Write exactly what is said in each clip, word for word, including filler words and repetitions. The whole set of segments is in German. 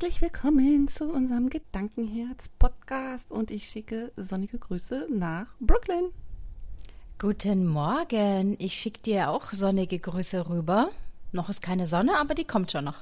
Herzlich willkommen zu unserem Gedankenherz-Podcast und ich schicke sonnige Grüße nach Brooklyn. Guten Morgen, ich schicke dir auch sonnige Grüße rüber. Noch ist keine Sonne, aber die kommt schon noch.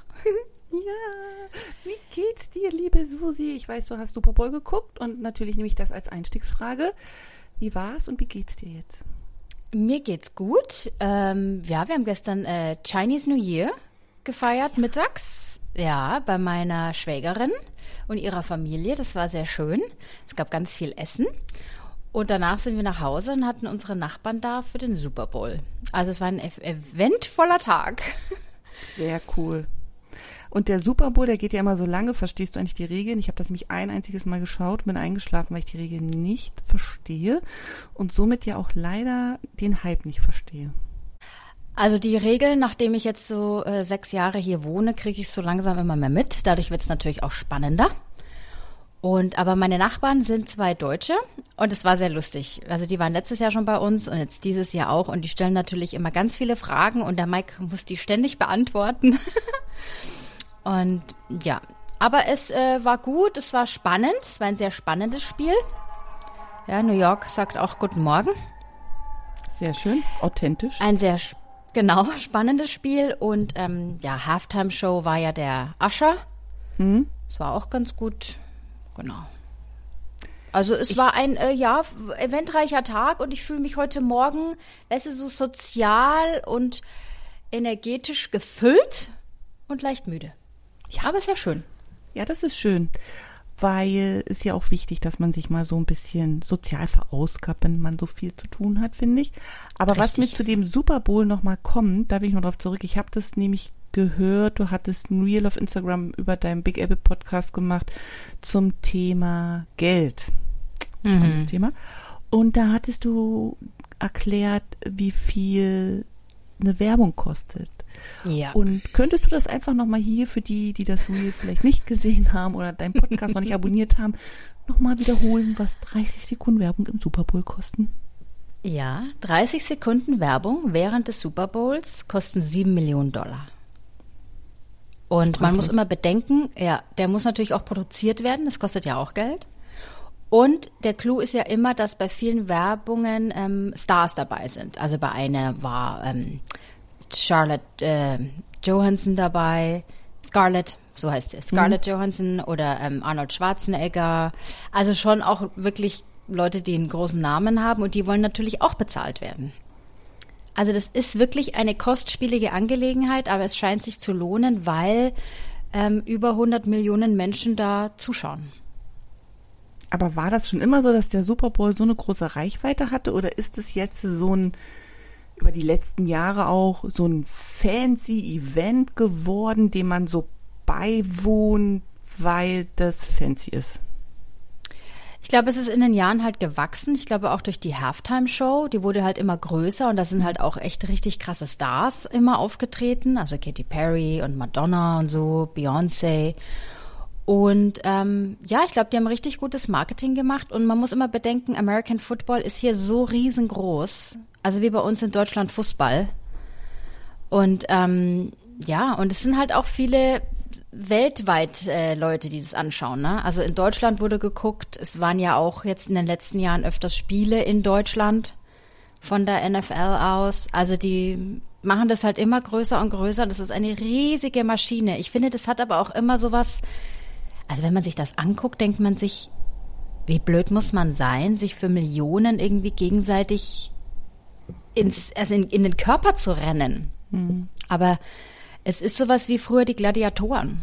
Ja, wie geht's dir, liebe Susi? Ich weiß, du hast Super Bowl geguckt und natürlich nehme ich das als Einstiegsfrage. Wie war's und wie geht's dir jetzt? Mir geht's gut. Ähm, ja, wir haben gestern äh, Chinese New Year gefeiert, ja. mittags. Ja, bei meiner Schwägerin und ihrer Familie. Das war sehr schön. Es gab ganz viel Essen. Und danach sind wir nach Hause und hatten unsere Nachbarn da für den Super Bowl. Also es war ein eventvoller Tag. Sehr cool. Und der Super Bowl, der geht ja immer so lange. Verstehst du eigentlich die Regeln? Ich habe das nämlich ein einziges Mal geschaut, bin eingeschlafen, weil ich die Regeln nicht verstehe. Und somit ja auch leider den Hype nicht verstehe. Also die Regeln, nachdem ich jetzt so äh, sechs Jahre hier wohne, kriege ich so langsam immer mehr mit. Dadurch wird es natürlich auch spannender. Und aber meine Nachbarn sind zwei Deutsche und es war sehr lustig. Also die waren letztes Jahr schon bei uns und jetzt dieses Jahr auch. Und die stellen natürlich immer ganz viele Fragen und der Mike muss die ständig beantworten. Und ja, aber es äh, war gut, es war spannend. Es war ein sehr spannendes Spiel. Ja, New York sagt auch Guten Morgen. Sehr schön, authentisch. Ein sehr Genau, spannendes Spiel und ähm, ja, Halftime-Show war ja der Usher. Mhm. Das war auch ganz gut, genau. Also es ich, war ein, äh, ja, eventreicher Tag und ich fühle mich heute Morgen, weißt du, so sozial und energetisch gefüllt und leicht müde. Ja. Aber ist ja schön. Ja, das ist schön. Weil es ja auch wichtig, dass man sich mal so ein bisschen sozial verausgabt, wenn man so viel zu tun hat, finde ich. Aber Richtig. Was mir zu dem Super Bowl nochmal kommt, da will ich noch drauf zurück. Ich habe das nämlich gehört, du hattest ein Reel auf Instagram über deinen Big Apple Podcast gemacht zum Thema Geld. Spannendes mhm. Thema. Und da hattest du erklärt, wie viel eine Werbung kostet. Ja. Und könntest du das einfach nochmal hier für die, die das Reel vielleicht nicht gesehen haben oder deinen Podcast noch nicht abonniert haben, nochmal wiederholen, was dreißig Sekunden Werbung im Super Bowl kosten? Ja, dreißig Sekunden Werbung während des Super Bowls kosten sieben Millionen Dollar. Und Sprachlos. Man muss immer bedenken, ja, der muss natürlich auch produziert werden, das kostet ja auch Geld. Und der Clou ist ja immer, dass bei vielen Werbungen ähm, Stars dabei sind. Also bei einer war ähm, Charlotte äh, Johansson dabei, Scarlett, so heißt sie, Scarlett mhm. Johansson oder ähm, Arnold Schwarzenegger. Also schon auch wirklich Leute, die einen großen Namen haben und die wollen natürlich auch bezahlt werden. Also das ist wirklich eine kostspielige Angelegenheit, aber es scheint sich zu lohnen, weil ähm, über hundert Millionen Menschen da zuschauen. Aber war das schon immer so, dass der Super Bowl so eine große Reichweite hatte oder ist es jetzt so ein über die letzten Jahre auch so ein fancy Event geworden, dem man so beiwohnt, weil das fancy ist? Ich glaube, es ist in den Jahren halt gewachsen. Ich glaube auch durch die Halftime-Show, die wurde halt immer größer und da sind halt auch echt richtig krasse Stars immer aufgetreten. Also Katy Perry und Madonna und so, Beyoncé. Und ähm, ja, ich glaube, die haben richtig gutes Marketing gemacht und man muss immer bedenken, American Football ist hier so riesengroß. Also wie bei uns in Deutschland Fußball. Und ähm, ja, und es sind halt auch viele weltweit äh, Leute, die das anschauen. Ne? Also in Deutschland wurde geguckt, es waren ja auch jetzt in den letzten Jahren öfters Spiele in Deutschland von der N F L aus. Also die machen das halt immer größer und größer. Das ist eine riesige Maschine. Ich finde, das hat aber auch immer sowas, also wenn man sich das anguckt, denkt man sich, wie blöd muss man sein, sich für Millionen irgendwie gegenseitig ins, also in, in den Körper zu rennen. Mhm. Aber es ist sowas wie früher die Gladiatoren.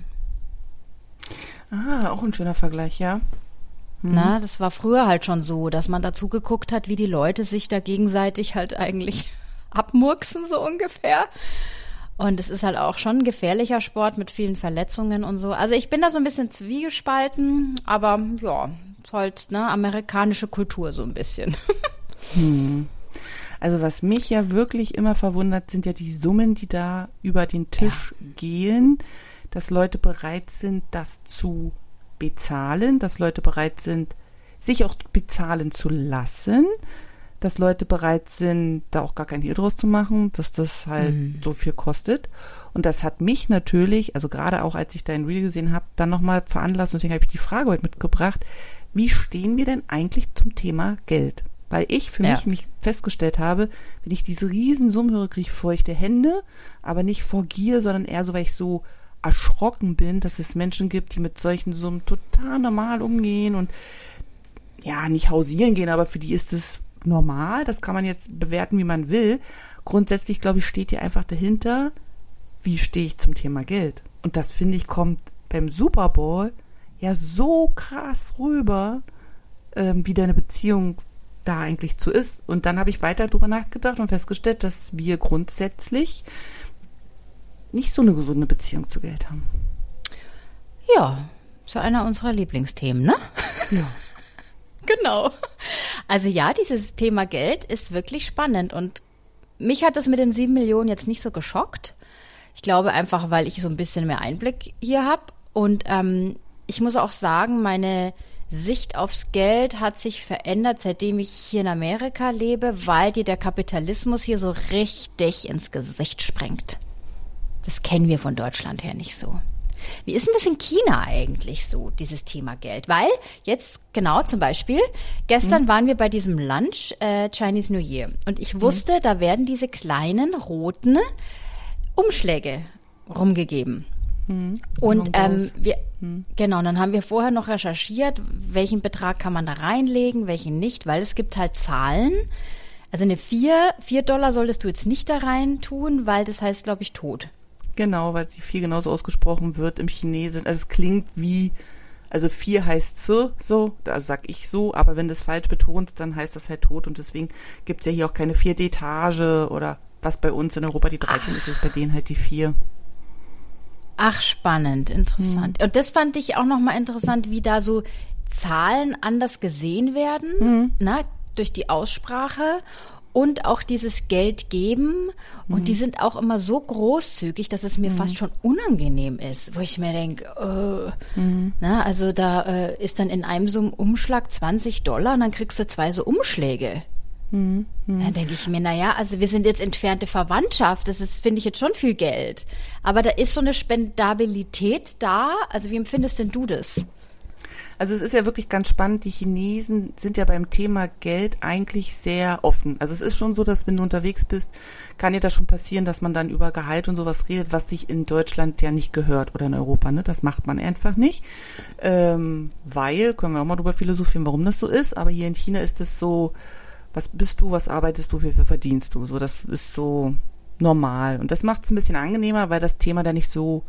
Ah, auch ein schöner Vergleich, ja. Mhm. Na, das war früher halt schon so, dass man dazu geguckt hat, wie die Leute sich da gegenseitig halt eigentlich abmurksen, so ungefähr. Und es ist halt auch schon ein gefährlicher Sport mit vielen Verletzungen und so. Also ich bin da so ein bisschen zwiegespalten, aber ja, halt, ne, amerikanische Kultur so ein bisschen. Hm. Also was mich ja wirklich immer verwundert, sind ja die Summen, die da über den Tisch ja. gehen, dass Leute bereit sind, das zu bezahlen, dass Leute bereit sind, sich auch bezahlen zu lassen, dass Leute bereit sind, da auch gar kein Hehl draus zu machen, dass das halt mhm. so viel kostet. Und das hat mich natürlich, also gerade auch als ich dein Reel gesehen habe, dann nochmal veranlasst, deswegen habe ich die Frage heute mitgebracht, wie stehen wir denn eigentlich zum Thema Geld? Weil ich für ja. mich, mich festgestellt habe, wenn ich diese Riesensummen höre, kriege ich feuchte Hände, aber nicht vor Gier, sondern eher so, weil ich so erschrocken bin, dass es Menschen gibt, die mit solchen Summen total normal umgehen und ja, nicht hausieren gehen, aber für die ist es normal. Das kann man jetzt bewerten, wie man will. Grundsätzlich, glaube ich, steht hier einfach dahinter, wie stehe ich zum Thema Geld? Und das, finde ich, kommt beim Super Bowl ja so krass rüber, ähm, wie deine Beziehung da eigentlich zu ist. Und dann habe ich weiter drüber nachgedacht und festgestellt, dass wir grundsätzlich nicht so eine gesunde Beziehung zu Geld haben. Ja, so einer unserer Lieblingsthemen, ne? Ja. Genau. Also ja, dieses Thema Geld ist wirklich spannend und mich hat das mit den sieben Millionen jetzt nicht so geschockt. Ich glaube einfach, weil ich so ein bisschen mehr Einblick hier habe und ähm, ich muss auch sagen, meine Sicht aufs Geld hat sich verändert, seitdem ich hier in Amerika lebe, weil dir der Kapitalismus hier so richtig ins Gesicht sprengt. Das kennen wir von Deutschland her nicht so. Wie ist denn das in China eigentlich so, dieses Thema Geld? Weil jetzt, genau zum Beispiel, gestern mhm. waren wir bei diesem Lunch äh, Chinese New Year und ich wusste, mhm. da werden diese kleinen roten Umschläge rumgegeben. Mhm. Und ähm, wir, mhm. genau, dann haben wir vorher noch recherchiert, welchen Betrag kann man da reinlegen, welchen nicht, weil es gibt halt Zahlen. Also eine vier, vier Dollar solltest du jetzt nicht da rein tun, weil das heißt, glaube ich, tot. Genau, weil die vier genauso ausgesprochen wird im Chinesischen. Also es klingt wie, also vier heißt so, so, also sag ich so, aber wenn du es falsch betonst, dann heißt das halt tot und deswegen gibt's ja hier auch keine vierte Etage oder was bei uns in Europa die dreizehn Ach. ist, ist bei denen halt die vier. Ach, spannend, interessant. Mhm. Und das fand ich auch nochmal interessant, wie da so Zahlen anders gesehen werden, mhm. na, durch die Aussprache. Und auch dieses Geld geben. Und mhm. die sind auch immer so großzügig, dass es mir mhm. fast schon unangenehm ist. Wo ich mir denke, äh, mhm. na, also da äh, ist dann in einem so einem Umschlag zwanzig Dollar und dann kriegst du zwei so Umschläge. Mhm. Mhm. Dann denke ich mir, naja, also wir sind jetzt entfernte Verwandtschaft. Das ist, finde ich, jetzt schon viel Geld. Aber da ist so eine Spendabilität da. Also wie empfindest denn du das? Also es ist ja wirklich ganz spannend, die Chinesen sind ja beim Thema Geld eigentlich sehr offen. Also es ist schon so, dass wenn du unterwegs bist, kann dir das schon passieren, dass man dann über Gehalt und sowas redet, was sich in Deutschland ja nicht gehört oder in Europa, ne? Das macht man einfach nicht, ähm, weil, können wir auch mal drüber philosophieren, warum das so ist, aber hier in China ist es so, was bist du, was arbeitest du, wie viel verdienst du, so, das ist so normal und das macht es ein bisschen angenehmer, weil das Thema da nicht so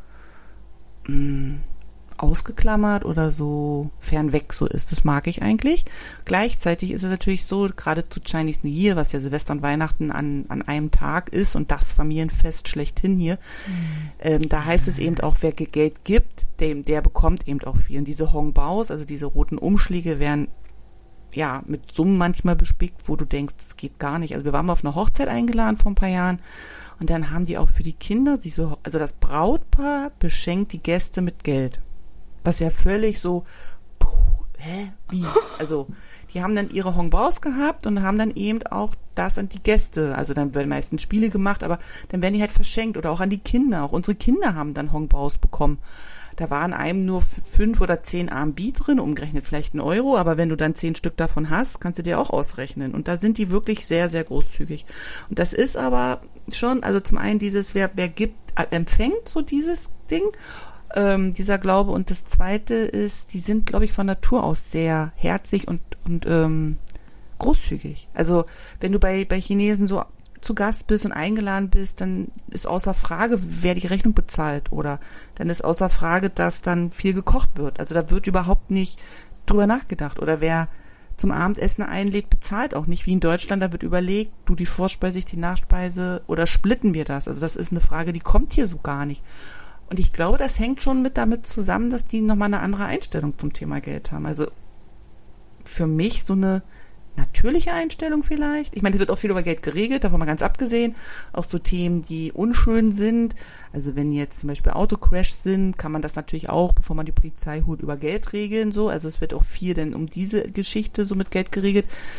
mh, ausgeklammert oder so fernweg so ist. Das mag ich eigentlich. Gleichzeitig ist es natürlich so, gerade zu Chinese New Year, was ja Silvester und Weihnachten an, an einem Tag ist und das Familienfest schlechthin hier, mhm. ähm, da heißt es eben auch, wer Geld gibt, dem, der bekommt eben auch viel. Und diese Hongbaos, also diese roten Umschläge, werden ja mit Summen manchmal bespickt, wo du denkst, das geht gar nicht. Also wir waren mal auf eine Hochzeit eingeladen vor ein paar Jahren und dann haben die auch für die Kinder, die so, also das Brautpaar beschenkt die Gäste mit Geld. Was ja völlig so, puh, hä, wie? Also, die haben dann ihre Hongbaos gehabt und haben dann eben auch das an die Gäste, also dann werden meistens Spiele gemacht, aber dann werden die halt verschenkt oder auch an die Kinder. Auch unsere Kinder haben dann Hongbaos bekommen. Da waren einem nur fünf oder zehn R M B drin, umgerechnet vielleicht ein Euro, aber wenn du dann zehn Stück davon hast, kannst du dir auch ausrechnen. Und da sind die wirklich sehr, sehr großzügig. Und das ist aber schon, also zum einen dieses, wer, wer gibt, empfängt so dieses Ding, Ähm, dieser Glaube und das Zweite ist, die sind, glaube ich, von Natur aus sehr herzlich und und ähm, großzügig. Also wenn du bei bei Chinesen so zu Gast bist und eingeladen bist, dann ist außer Frage, wer die Rechnung bezahlt oder dann ist außer Frage, dass dann viel gekocht wird. Also da wird überhaupt nicht drüber nachgedacht oder wer zum Abendessen einlädt, bezahlt auch nicht wie in Deutschland. Da wird überlegt, du die Vorspeise, ich die Nachspeise oder splitten wir das? Also das ist eine Frage, die kommt hier so gar nicht. Und ich glaube, das hängt schon mit damit zusammen, dass die nochmal eine andere Einstellung zum Thema Geld haben. Also für mich so eine natürliche Einstellung vielleicht. Ich meine, es wird auch viel über Geld geregelt, davon mal ganz abgesehen. Auch so Themen, die unschön sind. Also wenn jetzt zum Beispiel Autocrashs sind, kann man das natürlich auch, bevor man die Polizei holt, über Geld regeln. So. Also es wird auch viel denn um diese Geschichte so mit Geld geregelt.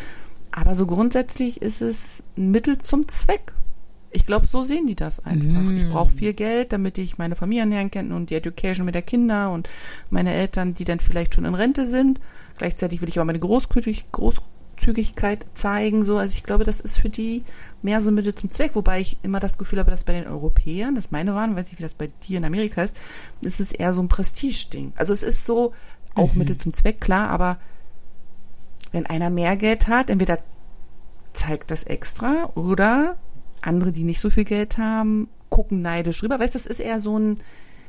Aber so grundsätzlich ist es ein Mittel zum Zweck. Ich glaube, so sehen die das einfach. Mm. Ich brauche viel Geld, damit ich meine Familie ernähren kann und die Education mit der Kinder und meine Eltern, die dann vielleicht schon in Rente sind. Gleichzeitig will ich aber meine Großzügig, Großzügigkeit zeigen. So. Also ich glaube, das ist für die mehr so ein Mittel zum Zweck. Wobei ich immer das Gefühl habe, dass bei den Europäern, das meine waren, weiß nicht, wie das bei dir in Amerika ist, ist es eher so ein Prestige-Ding. Also es ist so auch mhm. Mittel zum Zweck, klar, aber wenn einer mehr Geld hat, entweder zeigt das extra oder andere, die nicht so viel Geld haben, gucken neidisch rüber. Weißt du, das ist eher so ein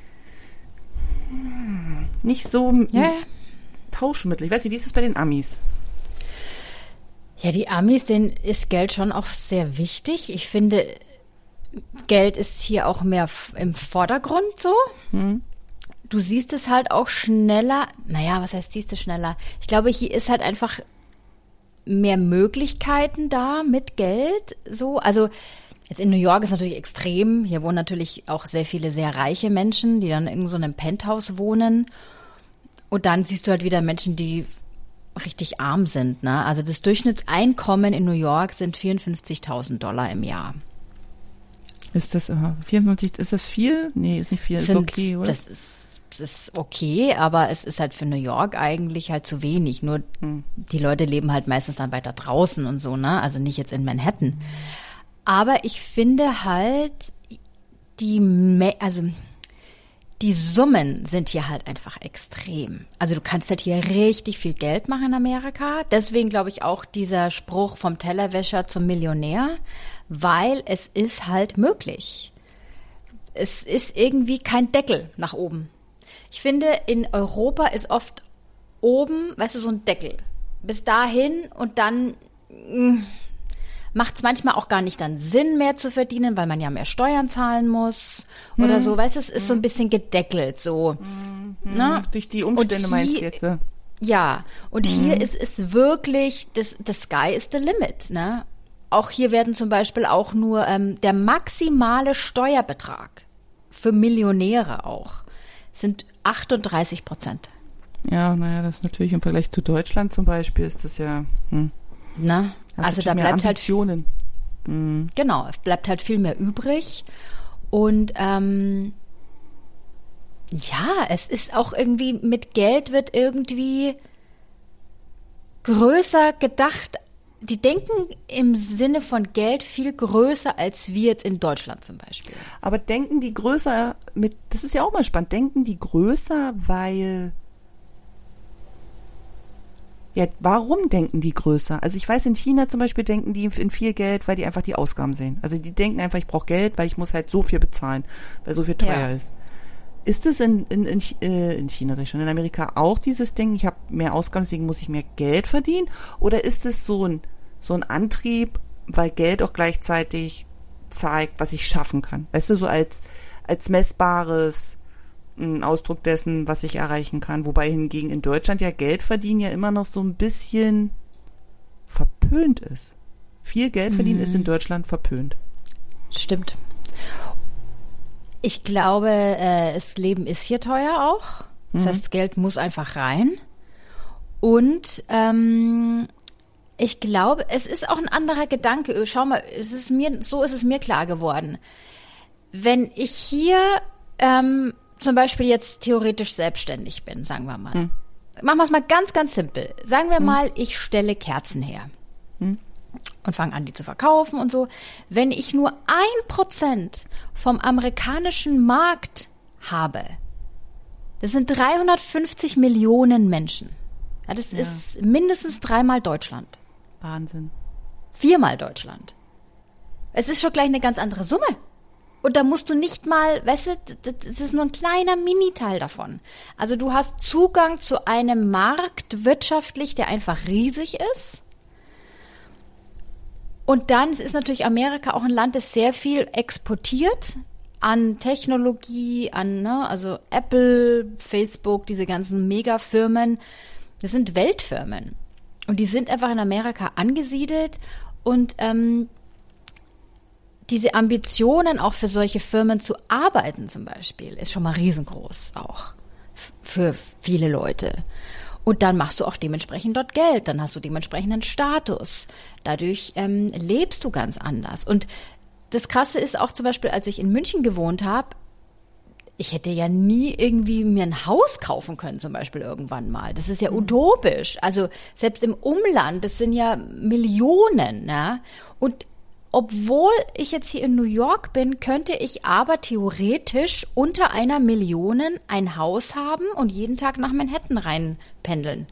nicht so ja, ja. Tauschmittel. Ich weiß nicht, wie ist es bei den Amis? Ja, die Amis, denen ist Geld schon auch sehr wichtig. Ich finde, Geld ist hier auch mehr im Vordergrund so. Hm. Du siehst es halt auch schneller. Naja, was heißt siehst du schneller? Ich glaube, hier ist halt einfach mehr Möglichkeiten da mit Geld. So, also jetzt in New York ist natürlich extrem. Hier wohnen natürlich auch sehr viele sehr reiche Menschen, die dann in so einem Penthouse wohnen. Und dann siehst du halt wieder Menschen, die richtig arm sind. Ne? Also das Durchschnittseinkommen in New York sind vierundfünfzigtausend Dollar im Jahr. Ist das uh, vierundfünfzig? Ist das viel? Nee, ist nicht viel. Ist sind, okay, oder? Das ist Das ist okay, aber es ist halt für New York eigentlich halt zu wenig. Nur hm. die Leute leben halt meistens dann weiter draußen und so, ne? Also nicht jetzt in Manhattan. Aber ich finde halt, die, Me- also die Summen sind hier halt einfach extrem. Also du kannst halt hier richtig viel Geld machen in Amerika. Deswegen glaube ich auch dieser Spruch vom Tellerwäscher zum Millionär, weil es ist halt möglich. Es ist irgendwie kein Deckel nach oben. Ich finde, in Europa ist oft oben, weißt du, so ein Deckel. Bis dahin und dann macht es manchmal auch gar nicht dann Sinn, mehr zu verdienen, weil man ja mehr Steuern zahlen muss hm. oder so. Weißt du, es ist hm. so ein bisschen gedeckelt so. Hm. Ne? Durch die Umstände hier, meinst du jetzt? Ja, ja. Und hm. hier ist es wirklich, das, the sky is the limit. Ne? Auch hier werden zum Beispiel auch nur ähm, der maximale Steuerbetrag für Millionäre auch sind achtunddreißig Prozent. Ja, naja, das ist natürlich im Vergleich zu Deutschland zum Beispiel ist das ja. Hm. Na, also da bleibt Ambitionen. halt. Hm. Genau, es bleibt halt viel mehr übrig. Und ähm, ja, es ist auch irgendwie, mit Geld wird irgendwie größer gedacht. Die denken im Sinne von Geld viel größer als wir jetzt in Deutschland zum Beispiel. Aber denken die größer mit, das ist ja auch mal spannend, denken die größer, weil, ja, warum denken die größer? Also ich weiß, in China zum Beispiel denken die in viel Geld, weil die einfach die Ausgaben sehen. Also die denken einfach, ich brauche Geld, weil ich muss halt so viel bezahlen, weil so viel teuer ja. ist. Ist es in, in, in, äh, in China, sag ich schon, in Amerika auch dieses Ding, ich habe mehr Ausgaben, deswegen muss ich mehr Geld verdienen? Oder ist es so ein, so ein Antrieb, weil Geld auch gleichzeitig zeigt, was ich schaffen kann? Weißt du, so als, als messbares ein Ausdruck dessen, was ich erreichen kann. Wobei hingegen in Deutschland ja Geld verdienen ja immer noch so ein bisschen verpönt ist. Viel Geld verdienen mhm. ist in Deutschland verpönt. Stimmt. Ich glaube, äh, das Leben ist hier teuer auch. Das mhm. heißt, Geld muss einfach rein. Und ähm, ich glaube, es ist auch ein anderer Gedanke. Schau mal, es ist mir, so ist es mir klar geworden. Wenn ich hier ähm, zum Beispiel jetzt theoretisch selbstständig bin, sagen wir mal. Mhm. Machen wir es mal ganz, ganz simpel. Sagen wir mhm. mal, ich stelle Kerzen her. Mhm. Und fange an, die zu verkaufen und so. Wenn ich nur ein Prozent vom amerikanischen Markt habe, das sind dreihundertfünfzig Millionen Menschen. Ja, das ja. ist mindestens dreimal Deutschland. Wahnsinn. Viermal Deutschland. Es ist schon gleich eine ganz andere Summe. Und da musst du nicht mal, weißt du, das ist nur ein kleiner Miniteil davon. Also du hast Zugang zu einem Markt wirtschaftlich, der einfach riesig ist. Und dann ist natürlich Amerika auch ein Land, das sehr viel exportiert an Technologie, an, ne, also Apple, Facebook, diese ganzen Megafirmen. Das sind Weltfirmen. Und die sind einfach in Amerika angesiedelt. Und ähm, diese Ambitionen auch für solche Firmen zu arbeiten zum Beispiel, ist schon mal riesengroß auch f- für viele Leute. Und dann machst du auch dementsprechend dort Geld, dann hast du dementsprechenden Status. Dadurch ähm, lebst du ganz anders. Und das Krasse ist auch zum Beispiel, als ich in München gewohnt habe, ich hätte ja nie irgendwie mir ein Haus kaufen können, zum Beispiel irgendwann mal. Das ist ja utopisch. Also selbst im Umland, das sind ja Millionen. Ja? Und obwohl ich jetzt hier in New York bin, könnte ich aber theoretisch unter einer Million ein Haus haben und jeden Tag nach Manhattan reinpendeln.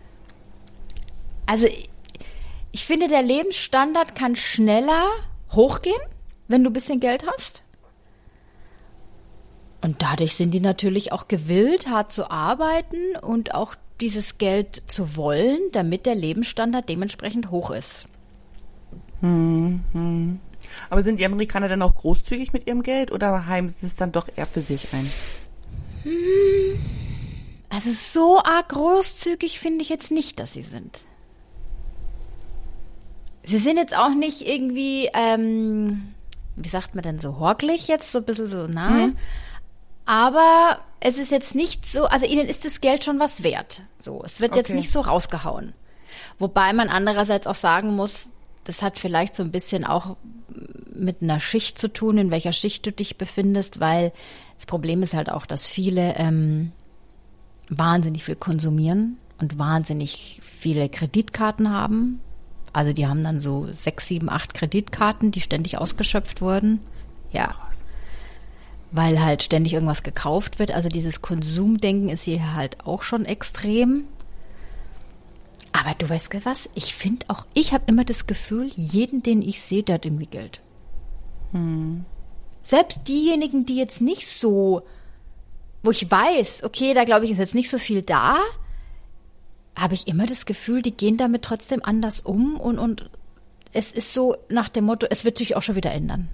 Also ich, ich finde, der Lebensstandard kann schneller hochgehen, wenn du ein bisschen Geld hast. Und dadurch sind die natürlich auch gewillt, hart zu arbeiten und auch dieses Geld zu wollen, damit der Lebensstandard dementsprechend hoch ist. Hm, hm. Aber sind die Amerikaner dann auch großzügig mit ihrem Geld oder heimen sie es dann doch eher für sich ein? Hm. Also so arg großzügig finde ich jetzt nicht, dass sie sind. Sie sind jetzt auch nicht irgendwie, ähm, wie sagt man denn, so horkelig jetzt, so ein bisschen so nah. Hm. Aber es ist jetzt nicht so, also ihnen ist das Geld schon was wert. So, es wird okay. jetzt nicht so rausgehauen. Wobei man andererseits auch sagen muss, das hat vielleicht so ein bisschen auch mit einer Schicht zu tun, in welcher Schicht du dich befindest, weil das Problem ist halt auch, dass viele ähm, wahnsinnig viel konsumieren und wahnsinnig viele Kreditkarten haben. Also die haben dann so sechs, sieben, acht Kreditkarten, die ständig ausgeschöpft wurden. Ja. Krass. Weil halt ständig irgendwas gekauft wird. Also dieses Konsumdenken ist hier halt auch schon extrem. Aber du weißt was? Ich finde auch, ich habe immer das Gefühl, jeden, den ich sehe, der hat irgendwie Geld. Hm. Selbst diejenigen, die jetzt nicht so, wo ich weiß, okay, da glaube ich, ist jetzt nicht so viel da, habe ich immer das Gefühl, die gehen damit trotzdem anders um. Und, und es ist so nach dem Motto, es wird sich auch schon wieder ändern.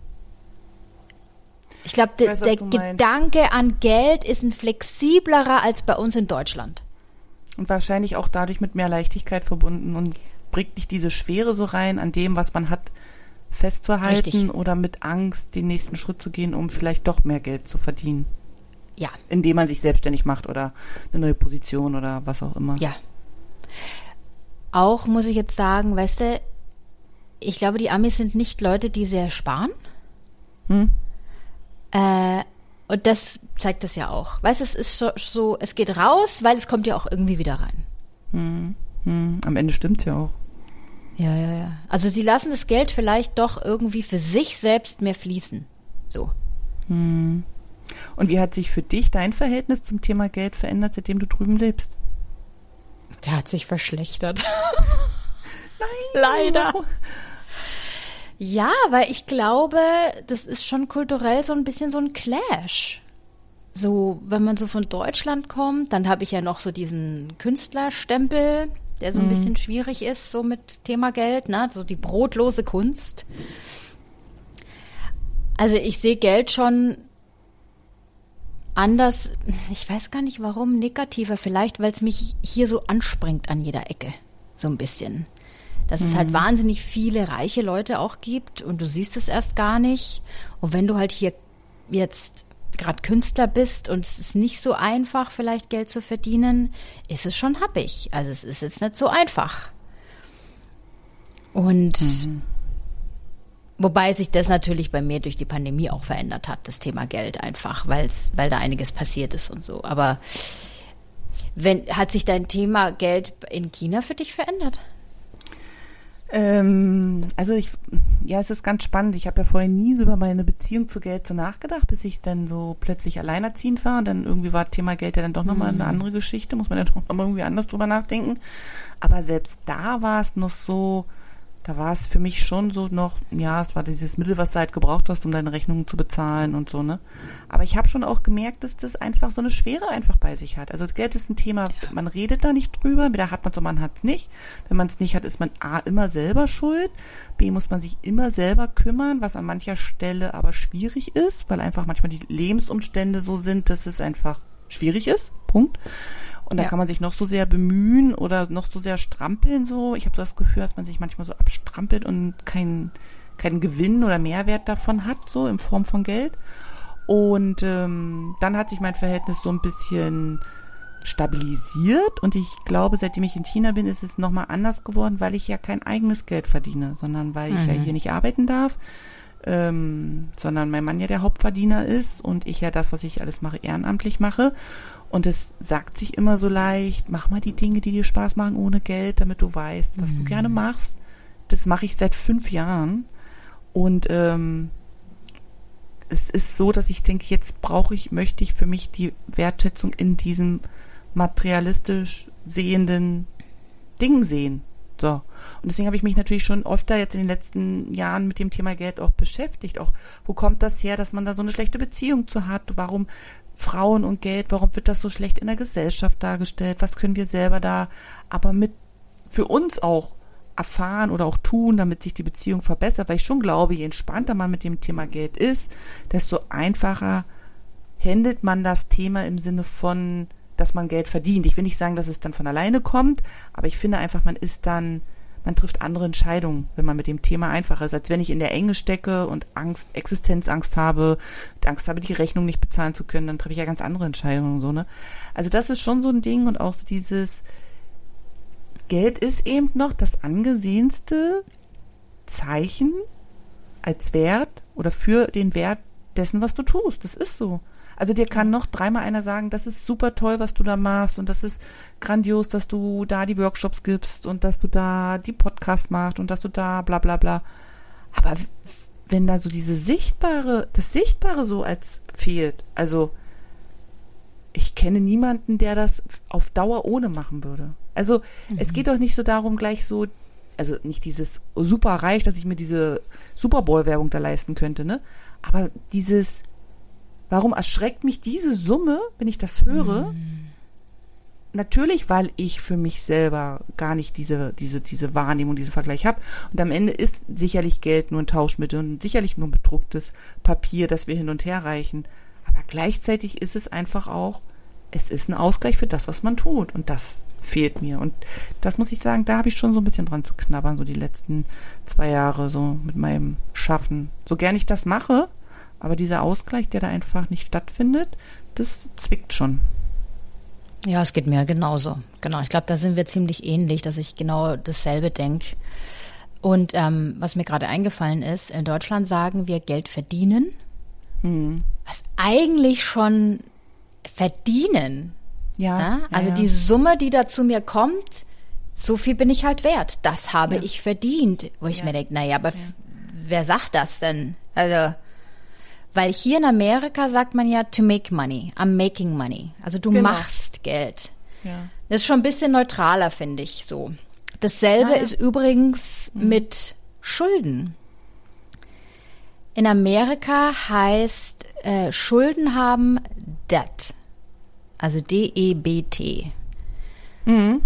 Ich glaube, der, der Gedanke an Geld ist ein flexiblerer als bei uns in Deutschland. Und wahrscheinlich auch dadurch mit mehr Leichtigkeit verbunden und bringt nicht diese Schwere so rein, an dem, was man hat, festzuhalten. Richtig. Oder mit Angst, den nächsten Schritt zu gehen, um vielleicht doch mehr Geld zu verdienen. Ja. Indem man sich selbstständig macht oder eine neue Position oder was auch immer. Ja. Auch muss ich jetzt sagen, weißt du, ich glaube, die Amis sind nicht Leute, die sehr sparen. Hm. Äh, und das zeigt das ja auch. Weißt du, es ist so, so, es geht raus, weil es kommt ja auch irgendwie wieder rein. Hm, hm. Am Ende stimmt's ja auch. Ja, ja, ja. Also sie lassen das Geld vielleicht doch irgendwie für sich selbst mehr fließen. So. Hm. Und wie hat sich für dich dein Verhältnis zum Thema Geld verändert, seitdem du drüben lebst? Der hat sich verschlechtert. Nein. Leider. Ja, weil ich glaube, das ist schon kulturell so ein bisschen so ein Clash. So, wenn man so von Deutschland kommt, dann habe ich ja noch so diesen Künstlerstempel, der so ein mhm. bisschen schwierig ist, so mit Thema Geld, ne? So die brotlose Kunst. Also ich sehe Geld schon anders, ich weiß gar nicht warum, negativer vielleicht, weil es mich hier so anspringt an jeder Ecke, so ein bisschen. Dass mhm. es halt wahnsinnig viele reiche Leute auch gibt und du siehst es erst gar nicht. Und wenn du halt hier jetzt gerade Künstler bist und es ist nicht so einfach, vielleicht Geld zu verdienen, ist es schon happig. Also es ist jetzt nicht so einfach. Und mhm. wobei sich das natürlich bei mir durch die Pandemie auch verändert hat, das Thema Geld einfach, weil's, weil da einiges passiert ist und so. Aber wenn, hat sich dein Thema Geld in China für dich verändert? Ähm, also ich, ja, es ist ganz spannend. Ich habe ja vorher nie so über meine Beziehung zu Geld so nachgedacht, bis ich dann so plötzlich alleinerziehend war. Dann irgendwie war Thema Geld ja dann doch nochmal mhm. eine andere Geschichte, muss man ja doch nochmal irgendwie anders drüber nachdenken. Aber selbst da war es noch so, da war es für mich schon so noch, ja, es war dieses Mittel, was du halt gebraucht hast, um deine Rechnungen zu bezahlen und so, ne? Aber ich habe schon auch gemerkt, dass das einfach so eine Schwere einfach bei sich hat. Also Geld ist ein Thema, man redet da nicht drüber, entweder hat man es oder man hat es nicht. Wenn man es nicht hat, ist man A, immer selber schuld, B, muss man sich immer selber kümmern, was an mancher Stelle aber schwierig ist, weil einfach manchmal die Lebensumstände so sind, dass es einfach schwierig ist, Punkt. Und da ja. kann man sich noch so sehr bemühen oder noch so sehr strampeln so. Ich habe so das Gefühl, dass man sich manchmal so abstrampelt und keinen keinen Gewinn oder Mehrwert davon hat, so in Form von Geld. Und ähm, dann hat sich mein Verhältnis so ein bisschen stabilisiert und ich glaube, seitdem ich in China bin, ist es nochmal anders geworden, weil ich ja kein eigenes Geld verdiene, sondern weil ich mhm. ja hier nicht arbeiten darf, ähm, sondern mein Mann ja der Hauptverdiener ist und ich ja das, was ich alles mache, ehrenamtlich mache. Und es sagt sich immer so leicht, mach mal die Dinge, die dir Spaß machen ohne Geld, damit du weißt, was mhm. du gerne machst. Das mache ich seit fünf Jahren und ähm, es ist so, dass ich denke, jetzt brauche ich, möchte ich für mich die Wertschätzung in diesem materialistisch sehenden Ding sehen. So. Und deswegen habe ich mich natürlich schon öfter jetzt in den letzten Jahren mit dem Thema Geld auch beschäftigt. Auch, wo kommt das her, dass man da so eine schlechte Beziehung zu hat? Warum Frauen und Geld, warum wird das so schlecht in der Gesellschaft dargestellt? Was können wir selber da aber mit für uns auch erfahren oder auch tun, damit sich die Beziehung verbessert? Weil ich schon glaube, je entspannter man mit dem Thema Geld ist, desto einfacher handelt man das Thema im Sinne von, dass man Geld verdient. Ich will nicht sagen, dass es dann von alleine kommt, aber ich finde einfach, man ist dann, man trifft andere Entscheidungen, wenn man mit dem Thema einfacher ist, als wenn ich in der Enge stecke und Angst, Existenzangst habe, Angst habe, die Rechnung nicht bezahlen zu können, dann treffe ich ja ganz andere Entscheidungen, so, ne? Also das ist schon so ein Ding und auch so dieses Geld ist eben noch das angesehenste Zeichen als Wert oder für den Wert dessen, was du tust. Das ist so. Also dir kann noch dreimal einer sagen, das ist super toll, was du da machst und das ist grandios, dass du da die Workshops gibst und dass du da die Podcasts machst und dass du da bla bla bla. Aber wenn da so diese sichtbare, das Sichtbare so als fehlt, also ich kenne niemanden, der das auf Dauer ohne machen würde. Also mhm. es geht doch nicht so darum, gleich so, also nicht dieses super reich, dass ich mir diese Super Bowl-Werbung da leisten könnte, ne? Aber dieses, warum erschreckt mich diese Summe, wenn ich das höre? Mhm. Natürlich, weil ich für mich selber gar nicht diese, diese, diese Wahrnehmung, diesen Vergleich habe. Und am Ende ist sicherlich Geld nur ein Tauschmittel und sicherlich nur ein bedrucktes Papier, das wir hin und her reichen. Aber gleichzeitig ist es einfach auch, es ist ein Ausgleich für das, was man tut. Und das fehlt mir. Und das muss ich sagen, da habe ich schon so ein bisschen dran zu knabbern, so die letzten zwei Jahre, so mit meinem Schaffen. So gern ich das mache, aber dieser Ausgleich, der da einfach nicht stattfindet, das zwickt schon. Ja, es geht mir genauso. Genau, ich glaube, da sind wir ziemlich ähnlich, dass ich genau dasselbe denke. Und ähm, was mir gerade eingefallen ist, in Deutschland sagen wir Geld verdienen, hm. was eigentlich schon verdienen. Ja, ja? Also ja, ja. die Summe, die da zu mir kommt, so viel bin ich halt wert. Das habe ja. ich verdient. Wo ich ja. mir denke, naja, aber ja. wer sagt das denn? Also, weil hier in Amerika sagt man ja to make money, I'm making money. Also du genau. machst Geld. Ja. Das ist schon ein bisschen neutraler, finde ich so. Dasselbe ja, ja. ist übrigens mhm. mit Schulden. In Amerika heißt äh, Schulden haben Debt. Also D E B T. Mhm.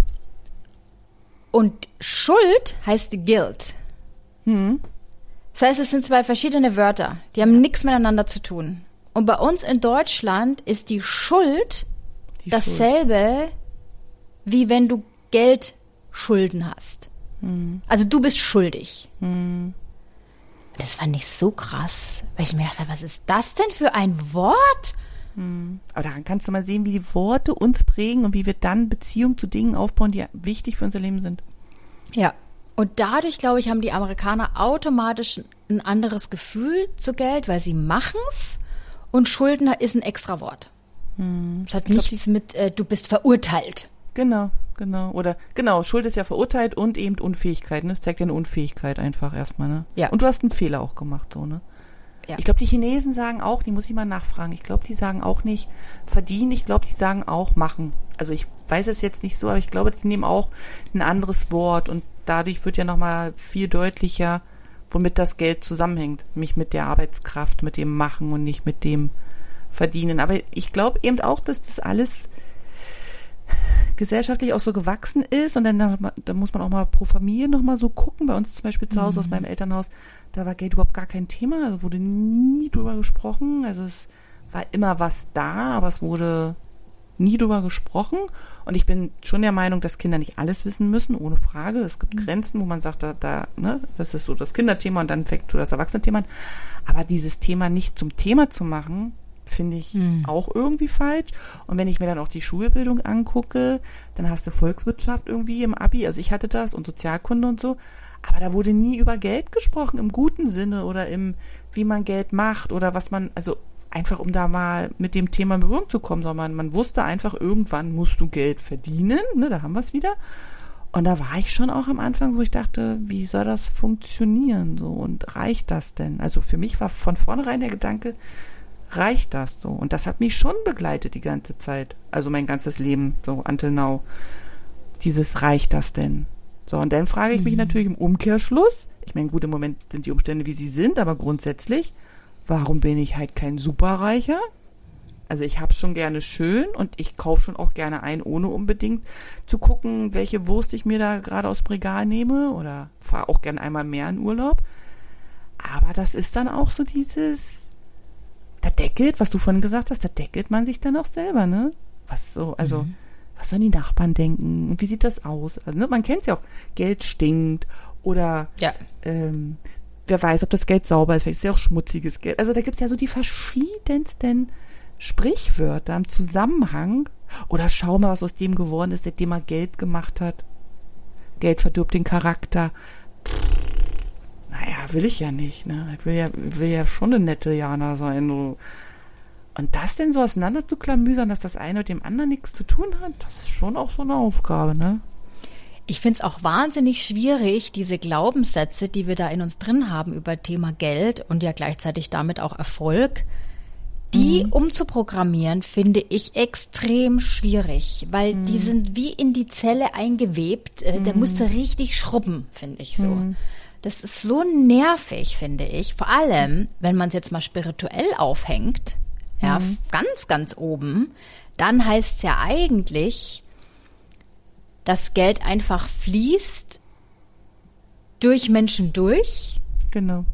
Und Schuld heißt Guilt. Mhm. Das heißt, es sind zwei verschiedene Wörter. Die haben nichts miteinander zu tun. Und bei uns in Deutschland ist die Schuld die dasselbe, Schuld. wie wenn du Geldschulden hast. Mhm. Also du bist schuldig. Mhm. Das fand ich so krass, weil ich mir dachte, was ist das denn für ein Wort? Mhm. Aber daran kannst du mal sehen, wie die Worte uns prägen und wie wir dann Beziehungen zu Dingen aufbauen, die wichtig für unser Leben sind. Ja. Und dadurch, glaube ich, haben die Amerikaner automatisch ein anderes Gefühl zu Geld, weil sie machen's und Schulden ist ein extra Wort. Hm. Das hat nichts mit, äh, du bist verurteilt. Genau, genau. Oder genau, Schuld ist ja verurteilt und eben Unfähigkeit, ne? Das zeigt ja eine Unfähigkeit einfach erstmal, ne? Ja. Und du hast einen Fehler auch gemacht, so, ne? Ja. Ich glaube, die Chinesen sagen auch, die muss ich mal nachfragen, ich glaube, die sagen auch nicht verdienen, ich glaube, die sagen auch machen. Also ich weiß es jetzt nicht so, aber ich glaube, die nehmen auch ein anderes Wort und dadurch wird ja nochmal viel deutlicher, womit das Geld zusammenhängt. Mich mit der Arbeitskraft, mit dem Machen und nicht mit dem Verdienen. Aber ich glaube eben auch, dass das alles gesellschaftlich auch so gewachsen ist und dann da muss man auch mal pro Familie nochmal so gucken. Bei uns zum Beispiel zu Hause mhm. aus meinem Elternhaus, da war Geld überhaupt gar kein Thema. Also wurde nie drüber gesprochen. Also es war immer was da, aber es wurde nie drüber gesprochen. Und ich bin schon der Meinung, dass Kinder nicht alles wissen müssen, ohne Frage. Es gibt mhm. Grenzen, wo man sagt, da, da, ne, das ist so das Kinderthema und dann fängt so das Erwachsene-Thema an. Aber dieses Thema nicht zum Thema zu machen, finde ich Hm. auch irgendwie falsch. Und wenn ich mir dann auch die Schulbildung angucke, dann hast du Volkswirtschaft irgendwie im Abi, also ich hatte das und Sozialkunde und so, aber da wurde nie über Geld gesprochen, im guten Sinne oder im, wie man Geld macht oder was man, also einfach um da mal mit dem Thema in Berührung zu kommen, sondern man wusste einfach, irgendwann musst du Geld verdienen, ne, da haben wir es wieder. Und da war ich schon auch am Anfang, wo ich dachte, wie soll das funktionieren so und reicht das denn? Also für mich war von vornherein der Gedanke, reicht das so? Und das hat mich schon begleitet die ganze Zeit, also mein ganzes Leben, so until now. Dieses reicht das denn? So, und dann frage ich mich Mhm. natürlich im Umkehrschluss, ich meine, gut, im Moment sind die Umstände, wie sie sind, aber grundsätzlich, warum bin ich halt kein Superreicher? Also ich hab's schon gerne schön und ich kaufe schon auch gerne ein, ohne unbedingt zu gucken, welche Wurst ich mir da gerade aus dem Regal nehme oder fahre auch gerne einmal mehr in Urlaub. Aber das ist dann auch so dieses, da deckelt, was du vorhin gesagt hast, da deckelt man sich dann auch selber, ne? Was so, also, Mhm. was sollen die Nachbarn denken? Und wie sieht das aus? Also, ne, man kennt's ja auch, Geld stinkt oder Ja. ähm, wer weiß, ob das Geld sauber ist, vielleicht ist ja auch schmutziges Geld. Also da gibt's ja so die verschiedensten Sprichwörter im Zusammenhang. Oder schau mal, was aus dem geworden ist, seitdem er Geld gemacht hat. Geld verdirbt den Charakter. Pff, naja, will ich ja nicht. Ne? Ich will ja, will ja schon eine nette Jana sein. So. Und das denn so auseinander zu klamüsern, dass das eine mit dem anderen nichts zu tun hat, das ist schon auch so eine Aufgabe, ne? Ich finde es auch wahnsinnig schwierig, diese Glaubenssätze, die wir da in uns drin haben über Thema Geld und ja gleichzeitig damit auch Erfolg, die mhm. umzuprogrammieren, finde ich extrem schwierig, weil mhm. die sind wie in die Zelle eingewebt. Mhm. Da musst du richtig schrubben, finde ich so. Mhm. Das ist so nervig, finde ich. Vor allem, wenn man es jetzt mal spirituell aufhängt, ja, mhm. ganz, ganz oben, dann heißt es ja eigentlich, dass Geld einfach fließt durch Menschen durch. Genau.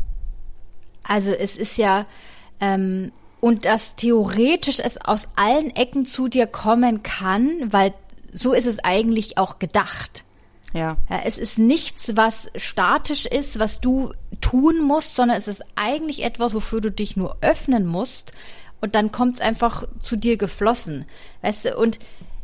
Also es ist ja, ähm, und dass theoretisch es aus allen Ecken zu dir kommen kann, weil so ist es eigentlich auch gedacht. Ja. Ja, es ist nichts, was statisch ist, was du tun musst, sondern es ist eigentlich etwas, wofür du dich nur öffnen musst und dann kommt es einfach zu dir geflossen. Weißt du, und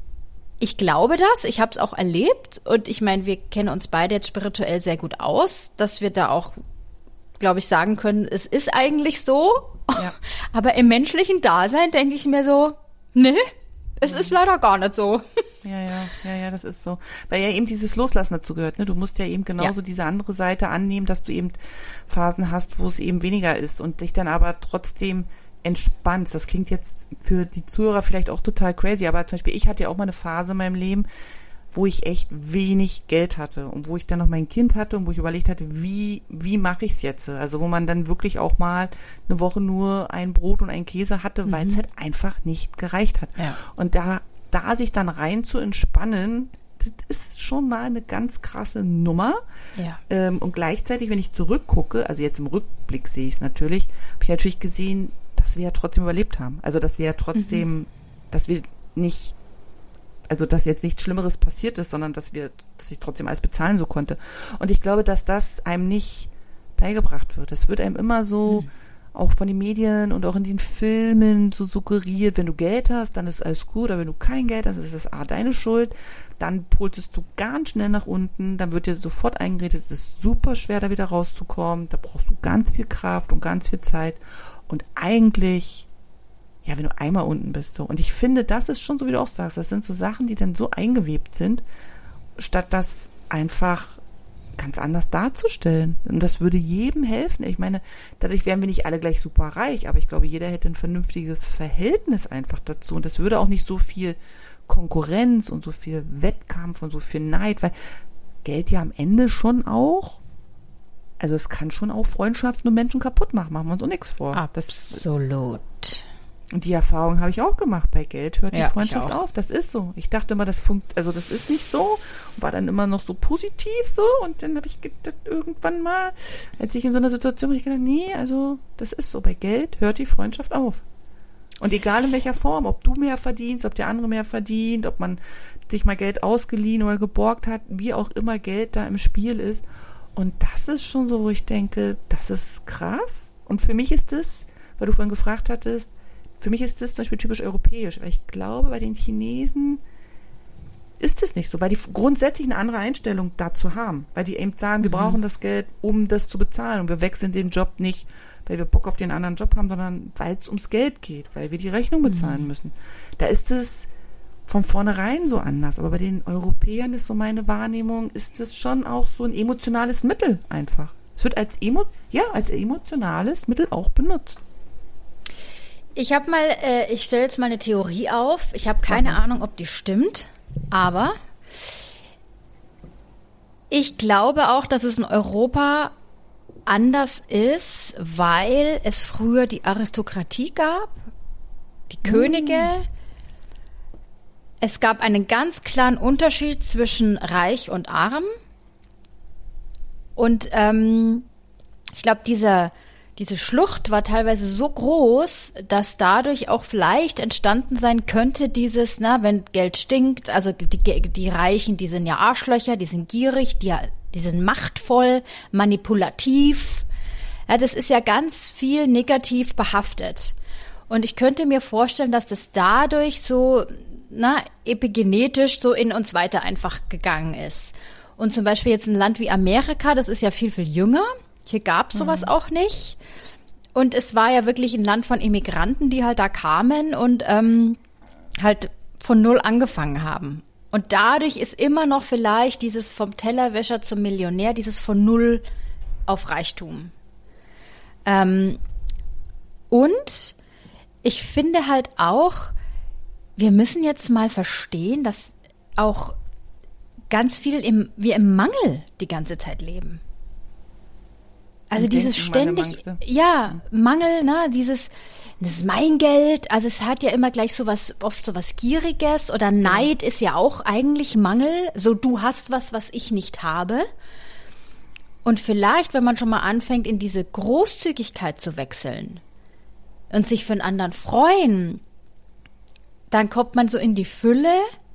ich glaube das, ich habe es auch erlebt und ich meine, wir kennen uns beide jetzt spirituell sehr gut aus, dass wir da auch, glaube ich, sagen können, es ist eigentlich so, ja. Aber im menschlichen Dasein denke ich mir so, nee, es mhm. ist leider gar nicht so. Ja, ja, ja, ja, das ist so. Weil ja eben dieses Loslassen dazu gehört, ne? Du musst ja eben genauso ja. diese andere Seite annehmen, dass du eben Phasen hast, wo es eben weniger ist und dich dann aber trotzdem entspannst. Das klingt jetzt für die Zuhörer vielleicht auch total crazy, aber zum Beispiel ich hatte ja auch mal eine Phase in meinem Leben, wo ich echt wenig Geld hatte und wo ich dann noch mein Kind hatte und wo ich überlegt hatte, wie wie mache ich es jetzt? Also wo man dann wirklich auch mal eine Woche nur ein Brot und ein Käse hatte, weil es mhm. halt einfach nicht gereicht hat. Ja. Und da da sich dann rein zu entspannen, das ist schon mal eine ganz krasse Nummer. Ja. Ähm, und gleichzeitig, wenn ich zurückgucke, also jetzt im Rückblick sehe ich es natürlich, habe ich natürlich gesehen, dass wir ja trotzdem überlebt haben. Also, dass wir ja trotzdem, mhm. dass wir nicht, also, dass jetzt nichts Schlimmeres passiert ist, sondern dass wir, dass ich trotzdem alles bezahlen so konnte. Und ich glaube, dass das einem nicht beigebracht wird. Es wird einem immer so, mhm. auch von den Medien und auch in den Filmen so suggeriert, wenn du Geld hast, dann ist alles gut, aber wenn du kein Geld hast, ist es A, deine Schuld, dann pulst du ganz schnell nach unten, dann wird dir sofort eingeredet, es ist super schwer, da wieder rauszukommen, da brauchst du ganz viel Kraft und ganz viel Zeit. Und eigentlich, ja, wenn du einmal unten bist, so. Und ich finde, das ist schon so, wie du auch sagst, das sind so Sachen, die dann so eingewebt sind, statt das einfach ganz anders darzustellen. Und das würde jedem helfen. Ich meine, dadurch wären wir nicht alle gleich super reich, aber ich glaube, jeder hätte ein vernünftiges Verhältnis einfach dazu. Und das würde auch nicht so viel Konkurrenz und so viel Wettkampf und so viel Neid, weil Geld ja am Ende schon auch, also es kann schon auch Freundschaften und Menschen kaputt machen, machen wir uns auch nichts vor. Absolut. Das, und die Erfahrung habe ich auch gemacht. Bei Geld hört die ja, Freundschaft auf. Das ist so. Ich dachte immer, das funkt, also das ist nicht so. Und war dann immer noch so positiv so. Und dann habe ich gedacht, irgendwann mal, als ich in so einer Situation war, ich gedacht, nee, also das ist so. Bei Geld hört die Freundschaft auf. Und egal in welcher Form, ob du mehr verdienst, ob der andere mehr verdient, ob man sich mal Geld ausgeliehen oder geborgt hat, wie auch immer Geld da im Spiel ist. Und das ist schon so, wo ich denke, das ist krass. Und für mich ist das, weil du vorhin gefragt hattest, für mich ist das zum Beispiel typisch europäisch, weil ich glaube, bei den Chinesen ist es nicht so, weil die grundsätzlich eine andere Einstellung dazu haben, weil die eben sagen, wir mhm. brauchen das Geld, um das zu bezahlen und wir wechseln den Job nicht, weil wir Bock auf den anderen Job haben, sondern weil es ums Geld geht, weil wir die Rechnung bezahlen mhm. müssen. Da ist es von vornherein so anders, aber bei den Europäern ist so meine Wahrnehmung, ist es schon auch so ein emotionales Mittel einfach. Es wird als Emo, ja, als emotionales Mittel auch benutzt. Ich habe mal, äh, ich stelle jetzt mal eine Theorie auf. Ich habe keine mhm. Ahnung, ob die stimmt, aber ich glaube auch, dass es in Europa anders ist, weil es früher die Aristokratie gab, die mhm. Könige. Es gab einen ganz klaren Unterschied zwischen reich und arm. Und ähm, ich glaube, diese, diese Schlucht war teilweise so groß, dass dadurch auch vielleicht entstanden sein könnte dieses, na, wenn Geld stinkt, also die, die Reichen, die sind ja Arschlöcher, die sind gierig, die, die sind machtvoll, manipulativ. Ja, das ist ja ganz viel negativ behaftet. Und ich könnte mir vorstellen, dass das dadurch so, na, epigenetisch so in uns weiter einfach gegangen ist. Und zum Beispiel jetzt ein Land wie Amerika, das ist ja viel, viel jünger. Hier gab es sowas mhm. auch nicht. Und es war ja wirklich ein Land von Immigranten, die halt da kamen und ähm, halt von null angefangen haben. Und dadurch ist immer noch vielleicht dieses vom Tellerwäscher zum Millionär, dieses von null auf Reichtum. Ähm, und ich finde halt auch, wir müssen jetzt mal verstehen, dass auch ganz viel im, wir im Mangel die ganze Zeit leben. Also dieses ständig, ja, Mangel, ne, dieses, das ist mein Geld, also es hat ja immer gleich so was, oft so was Gieriges oder Neid ist ja auch eigentlich Mangel, so du hast was, was ich nicht habe. Und vielleicht, wenn man schon mal anfängt, in diese Großzügigkeit zu wechseln und sich für einen anderen freuen, dann kommt man so in die Fülle.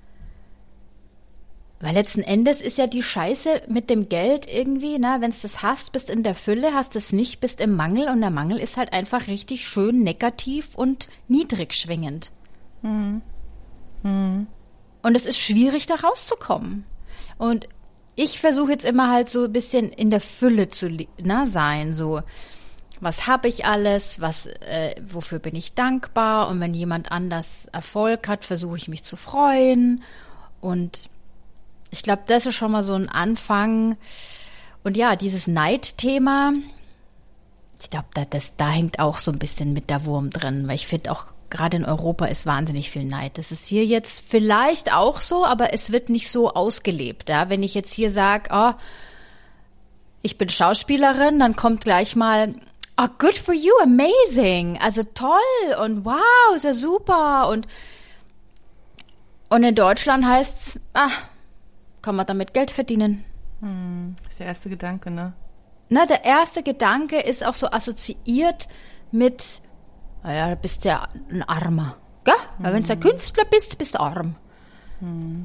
Weil letzten Endes ist ja die Scheiße mit dem Geld irgendwie, na, wenn es das hast, bist in der Fülle, hast es nicht, bist im Mangel und der Mangel ist halt einfach richtig schön negativ und niedrig schwingend. Mhm. Mhm. Und es ist schwierig, da rauszukommen. Und ich versuche jetzt immer halt so ein bisschen in der Fülle zu na, sein, so, was habe ich alles, was, äh, wofür bin ich dankbar und wenn jemand anders Erfolg hat, versuche ich mich zu freuen und ich glaube, das ist schon mal so ein Anfang. Und ja, dieses Neidthema, ich glaube, da, das, da hängt auch so ein bisschen mit der Wurm drin, weil ich finde auch, gerade in Europa ist wahnsinnig viel Neid. Das ist hier jetzt vielleicht auch so, aber es wird nicht so ausgelebt. Ja? Wenn ich jetzt hier sage, oh, ich bin Schauspielerin, dann kommt gleich mal, oh, good for you, amazing, also toll und wow, ist ja super. Und, und in Deutschland heißt's, ah, kann man damit Geld verdienen? Hm, das ist der erste Gedanke, ne? Na, der erste Gedanke ist auch so assoziiert mit, naja, du bist ja ein Armer, gell? Hm. Weil wenn du ein Künstler bist, bist du arm. Hm.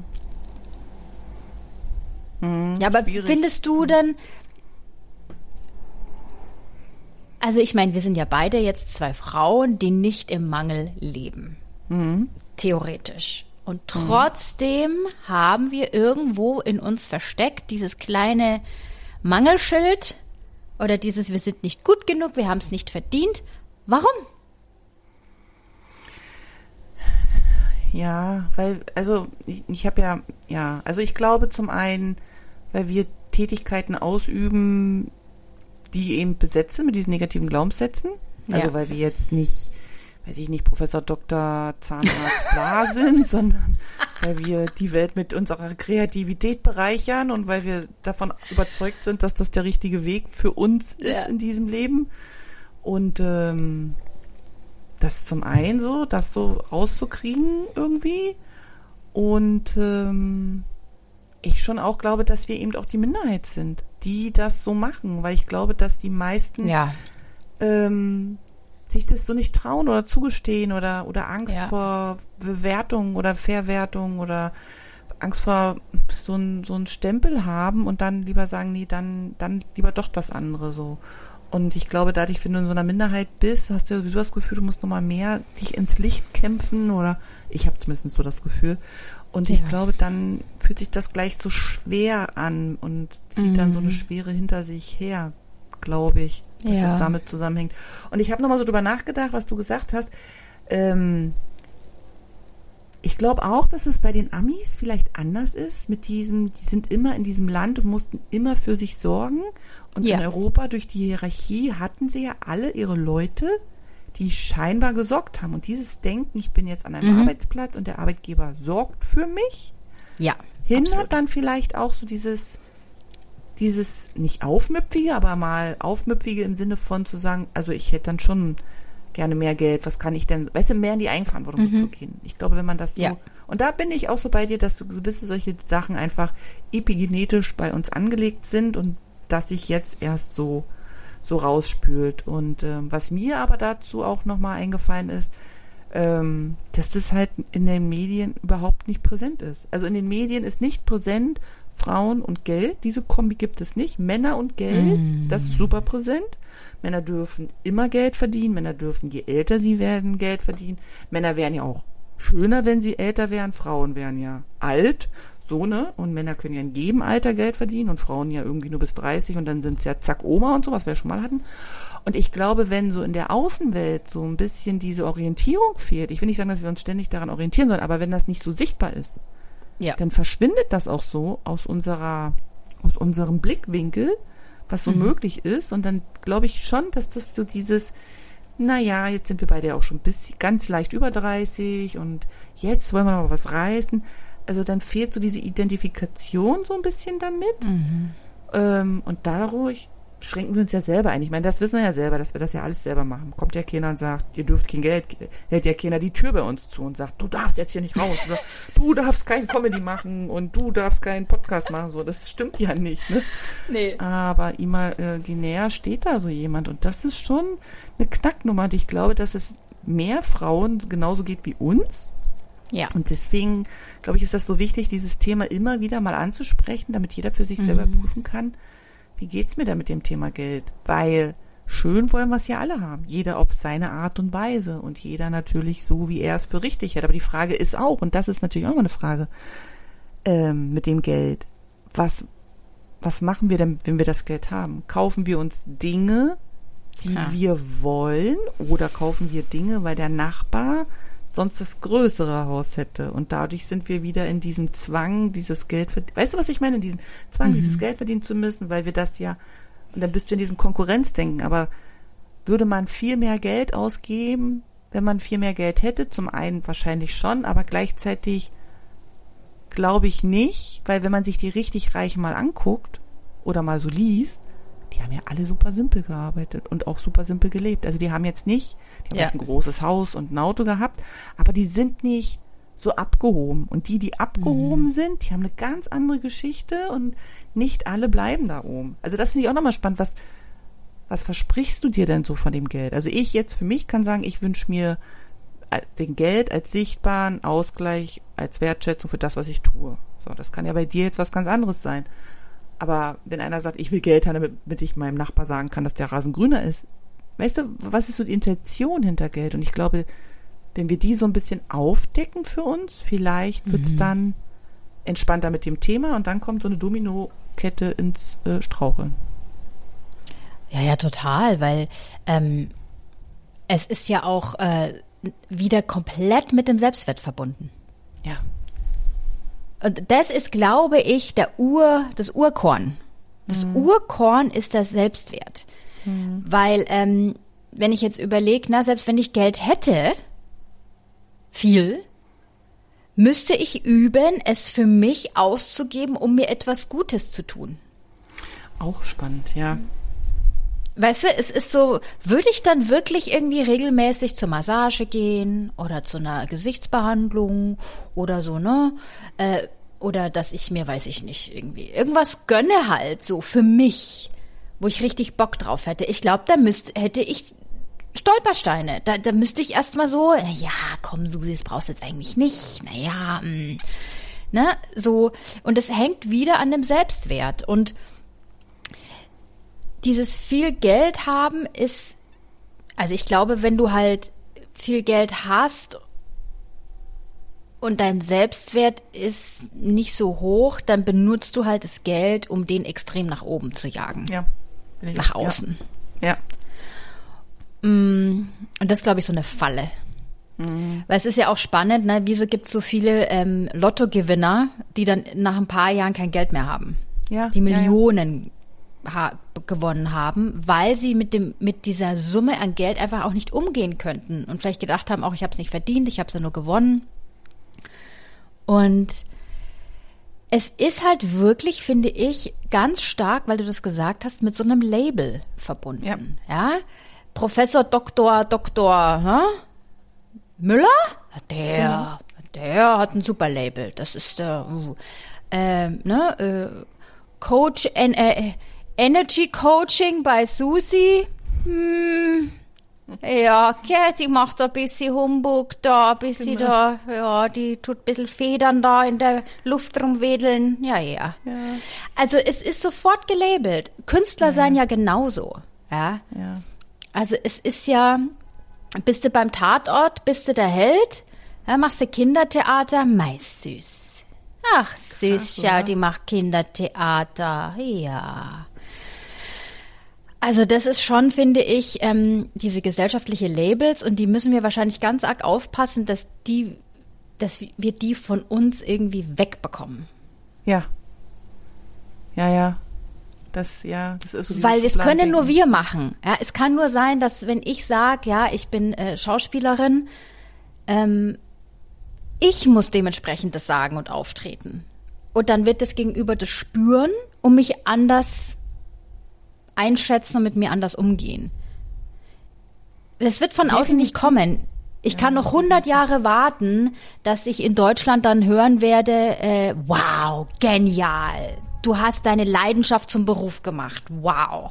Hm, ja, aber schwierig. Findest du denn, also ich meine, wir sind ja beide jetzt zwei Frauen, die nicht im Mangel leben. Hm. Theoretisch. Und trotzdem mhm. haben wir irgendwo in uns versteckt dieses kleine Mangelschild oder dieses, wir sind nicht gut genug, wir haben es nicht verdient. Warum? Ja, weil, also ich, ich habe ja, ja, also ich glaube zum einen, weil wir Tätigkeiten ausüben, die eben besetzen mit diesen negativen Glaubenssätzen. Also ja. weil wir jetzt nicht weiß ich nicht, Professor Doktor Zahnarzt bla sind, sondern weil wir die Welt mit unserer Kreativität bereichern und weil wir davon überzeugt sind, dass das der richtige Weg für uns ist ja. in diesem Leben. Und ähm, das zum einen so, das so rauszukriegen irgendwie. Und ähm, ich schon auch glaube, dass wir eben auch die Minderheit sind, die das so machen, weil ich glaube, dass die meisten ja. ähm, sich das so nicht trauen oder zugestehen oder oder Angst ja. vor Bewertung oder Verwertung oder Angst vor so ein so ein Stempel haben und dann lieber sagen, nee, dann dann lieber doch das andere so. Und ich glaube, dadurch, wenn du in so einer Minderheit bist, hast du ja sowieso das Gefühl, du musst nochmal mehr dich ins Licht kämpfen oder ich habe zumindest so das Gefühl. Und ich ja. glaube, dann fühlt sich das gleich so schwer an und zieht mhm. dann so eine Schwere hinter sich her, glaube ich, dass ja. das damit zusammenhängt. Und ich habe nochmal so drüber nachgedacht, was du gesagt hast. Ähm, ich glaube auch, dass es bei den Amis vielleicht anders ist mit diesem, die sind immer in diesem Land und mussten immer für sich sorgen. Und ja. in Europa durch die Hierarchie hatten sie ja alle ihre Leute, die scheinbar gesorgt haben. Und dieses Denken, ich bin jetzt an einem mhm. Arbeitsplatz und der Arbeitgeber sorgt für mich, ja, hindert absolut. Dann vielleicht auch so dieses, dieses nicht Aufmüpfige, aber mal Aufmüpfige im Sinne von zu sagen, also ich hätte dann schon gerne mehr Geld, was kann ich denn, weißt du, mehr in die Eigenverantwortung mhm. zu gehen. Ich glaube, wenn man das so, ja. und da bin ich auch so bei dir, dass so gewisse solche Sachen einfach epigenetisch bei uns angelegt sind und dass sich jetzt erst so so rausspült. Und ähm, was mir aber dazu auch nochmal eingefallen ist, ähm, dass das halt in den Medien überhaupt nicht präsent ist. Also in den Medien ist nicht präsent Frauen und Geld, diese Kombi gibt es nicht. Männer und Geld, mm. das ist super präsent. Männer dürfen immer Geld verdienen, Männer dürfen, je älter sie werden, Geld verdienen. Männer wären ja auch schöner, wenn sie älter wären, Frauen wären ja alt, so, ne? Und Männer können ja in jedem Alter Geld verdienen und Frauen ja irgendwie nur bis dreißig und dann sind es ja zack Oma und so, was wir schon mal hatten. Und ich glaube, wenn so in der Außenwelt so ein bisschen diese Orientierung fehlt, ich will nicht sagen, dass wir uns ständig daran orientieren sollen, aber wenn das nicht so sichtbar ist, ja. dann verschwindet das auch so aus unserer, aus unserem Blickwinkel, was so mhm. möglich ist. Und dann glaube ich schon, dass das so dieses, naja, jetzt sind wir beide ja auch schon bis ganz leicht über dreißig und jetzt wollen wir noch mal was reißen. Also dann fehlt so diese Identifikation so ein bisschen damit. Mhm. Ähm, und dadurch schränken wir uns ja selber ein. Ich meine, das wissen wir ja selber, dass wir das ja alles selber machen. Kommt ja keiner und sagt, ihr dürft kein Geld, hält ja keiner die Tür bei uns zu und sagt, du darfst jetzt hier nicht raus oder du darfst kein Comedy machen und du darfst keinen Podcast machen. So, das stimmt ja nicht, ne? Nee. Aber imaginär steht da so jemand und das ist schon eine Knacknummer. Und ich glaube, dass es mehr Frauen genauso geht wie uns. Ja. Und deswegen, glaube ich, ist das so wichtig, dieses Thema immer wieder mal anzusprechen, damit jeder für sich mhm. selber prüfen kann, wie geht's mir da mit dem Thema Geld? Weil schön wollen wir es ja alle haben. Jeder auf seine Art und Weise und jeder natürlich so, wie er es für richtig hält. Aber die Frage ist auch, und das ist natürlich auch immer eine Frage, ähm, mit dem Geld. Was, was machen wir denn, wenn wir das Geld haben? Kaufen wir uns Dinge, die ja. wir wollen, oder kaufen wir Dinge, weil der Nachbar sonst das größere Haus hätte. Und dadurch sind wir wieder in diesem Zwang, dieses Geld verdienen. Weißt du, was ich meine? In diesem Zwang, mhm. dieses Geld verdienen zu müssen, weil wir das ja, und dann bist du in diesem Konkurrenzdenken. Aber würde man viel mehr Geld ausgeben, wenn man viel mehr Geld hätte? Zum einen wahrscheinlich schon, aber gleichzeitig glaube ich nicht, weil wenn man sich die richtig Reichen mal anguckt oder mal so liest, die haben ja alle super simpel gearbeitet und auch super simpel gelebt. Also die haben jetzt nicht, die haben ja. ein großes Haus und ein Auto gehabt, aber die sind nicht so abgehoben. Und die, die abgehoben mhm. sind, die haben eine ganz andere Geschichte und nicht alle bleiben da oben. Also das finde ich auch nochmal spannend. Was, was versprichst du dir denn so von dem Geld? Also ich jetzt für mich kann sagen, ich wünsche mir den Geld als sichtbaren Ausgleich, als Wertschätzung für das, was ich tue. So, das kann ja bei dir jetzt was ganz anderes sein. Aber wenn einer sagt, ich will Geld haben, damit ich meinem Nachbar sagen kann, dass der Rasen grüner ist, weißt du, was ist so die Intention hinter Geld? Und ich glaube, wenn wir die so ein bisschen aufdecken für uns, vielleicht wird's mhm. dann entspannter mit dem Thema und dann kommt so eine Dominokette ins äh, Straucheln. Ja, ja, total, weil ähm, es ist ja auch äh, wieder komplett mit dem Selbstwert verbunden. Ja. Und das ist, glaube ich, der Ur, das Urkorn. Das mhm. Urkorn ist der Selbstwert. Mhm. Weil, ähm, wenn ich jetzt überlege, na, selbst wenn ich Geld hätte, viel, müsste ich üben, es für mich auszugeben, um mir etwas Gutes zu tun. Auch spannend, ja. Weißt du, es ist so, würde ich dann wirklich irgendwie regelmäßig zur Massage gehen oder zu einer Gesichtsbehandlung oder so, ne? Äh, oder dass ich mir, weiß ich nicht, irgendwie irgendwas gönne halt so für mich, wo ich richtig Bock drauf hätte. Ich glaube, da müsste, hätte ich Stolpersteine. Da, da müsste ich erstmal so, ja, komm, Susi, das brauchst du jetzt eigentlich nicht. Naja, mh. ne? So, und es hängt wieder an dem Selbstwert. Und dieses viel Geld haben ist, also ich glaube, wenn du halt viel Geld hast und dein Selbstwert ist nicht so hoch, dann benutzt du halt das Geld, um den extrem nach oben zu jagen. Ja. Nach außen. Ja. ja. Und das ist, glaube ich, so eine Falle. Mhm. Weil es ist ja auch spannend, ne? Wieso gibt es so viele ähm, Lottogewinner, die dann nach ein paar Jahren kein Geld mehr haben? Ja. Die Millionen ja, ja. Ha- gewonnen haben, weil sie mit dem mit dieser Summe an Geld einfach auch nicht umgehen könnten und vielleicht gedacht haben, auch ich habe es nicht verdient, ich habe es ja nur gewonnen. Und es ist halt wirklich, finde ich, ganz stark, weil du das gesagt hast, mit so einem Label verbunden. Ja. ja? Professor, Doktor, Doktor, ne? Müller? Der, ja. der hat ein super Label. Das ist der, uh, äh, ne? Äh, Coach, en, äh, Energy Coaching bei Susi. Hm. Ja, okay, die macht ein bisschen Humbug da, ein bisschen genau. da, ja, die tut ein bisschen Federn da in der Luft rumwedeln. Ja, ja, ja. Also es ist sofort gelabelt. Künstler ja. sein ja genauso. Ja? ja. Also es ist ja, bist du beim Tatort, bist du der Held, ja, machst du Kindertheater, meist süß. Ach, süß, Krass, schau, die macht Kindertheater, ja. Also das ist schon, finde ich, ähm, diese gesellschaftliche Labels und die müssen wir wahrscheinlich ganz arg aufpassen, dass die, dass wir die von uns irgendwie wegbekommen. Ja. Ja, ja. Das, ja, das ist so. Weil es können nur wir machen. Ja, es kann nur sein, dass wenn ich sage, ja, ich bin äh, Schauspielerin, ähm, ich muss dementsprechend das sagen und auftreten. Und dann wird das Gegenüber das spüren und mich anders einschätzen und mit mir anders umgehen. Das wird von außen nicht kommen. Ich ja, kann noch hundert Jahre warten, dass ich in Deutschland dann hören werde, äh, wow, genial. Du hast deine Leidenschaft zum Beruf gemacht. Wow.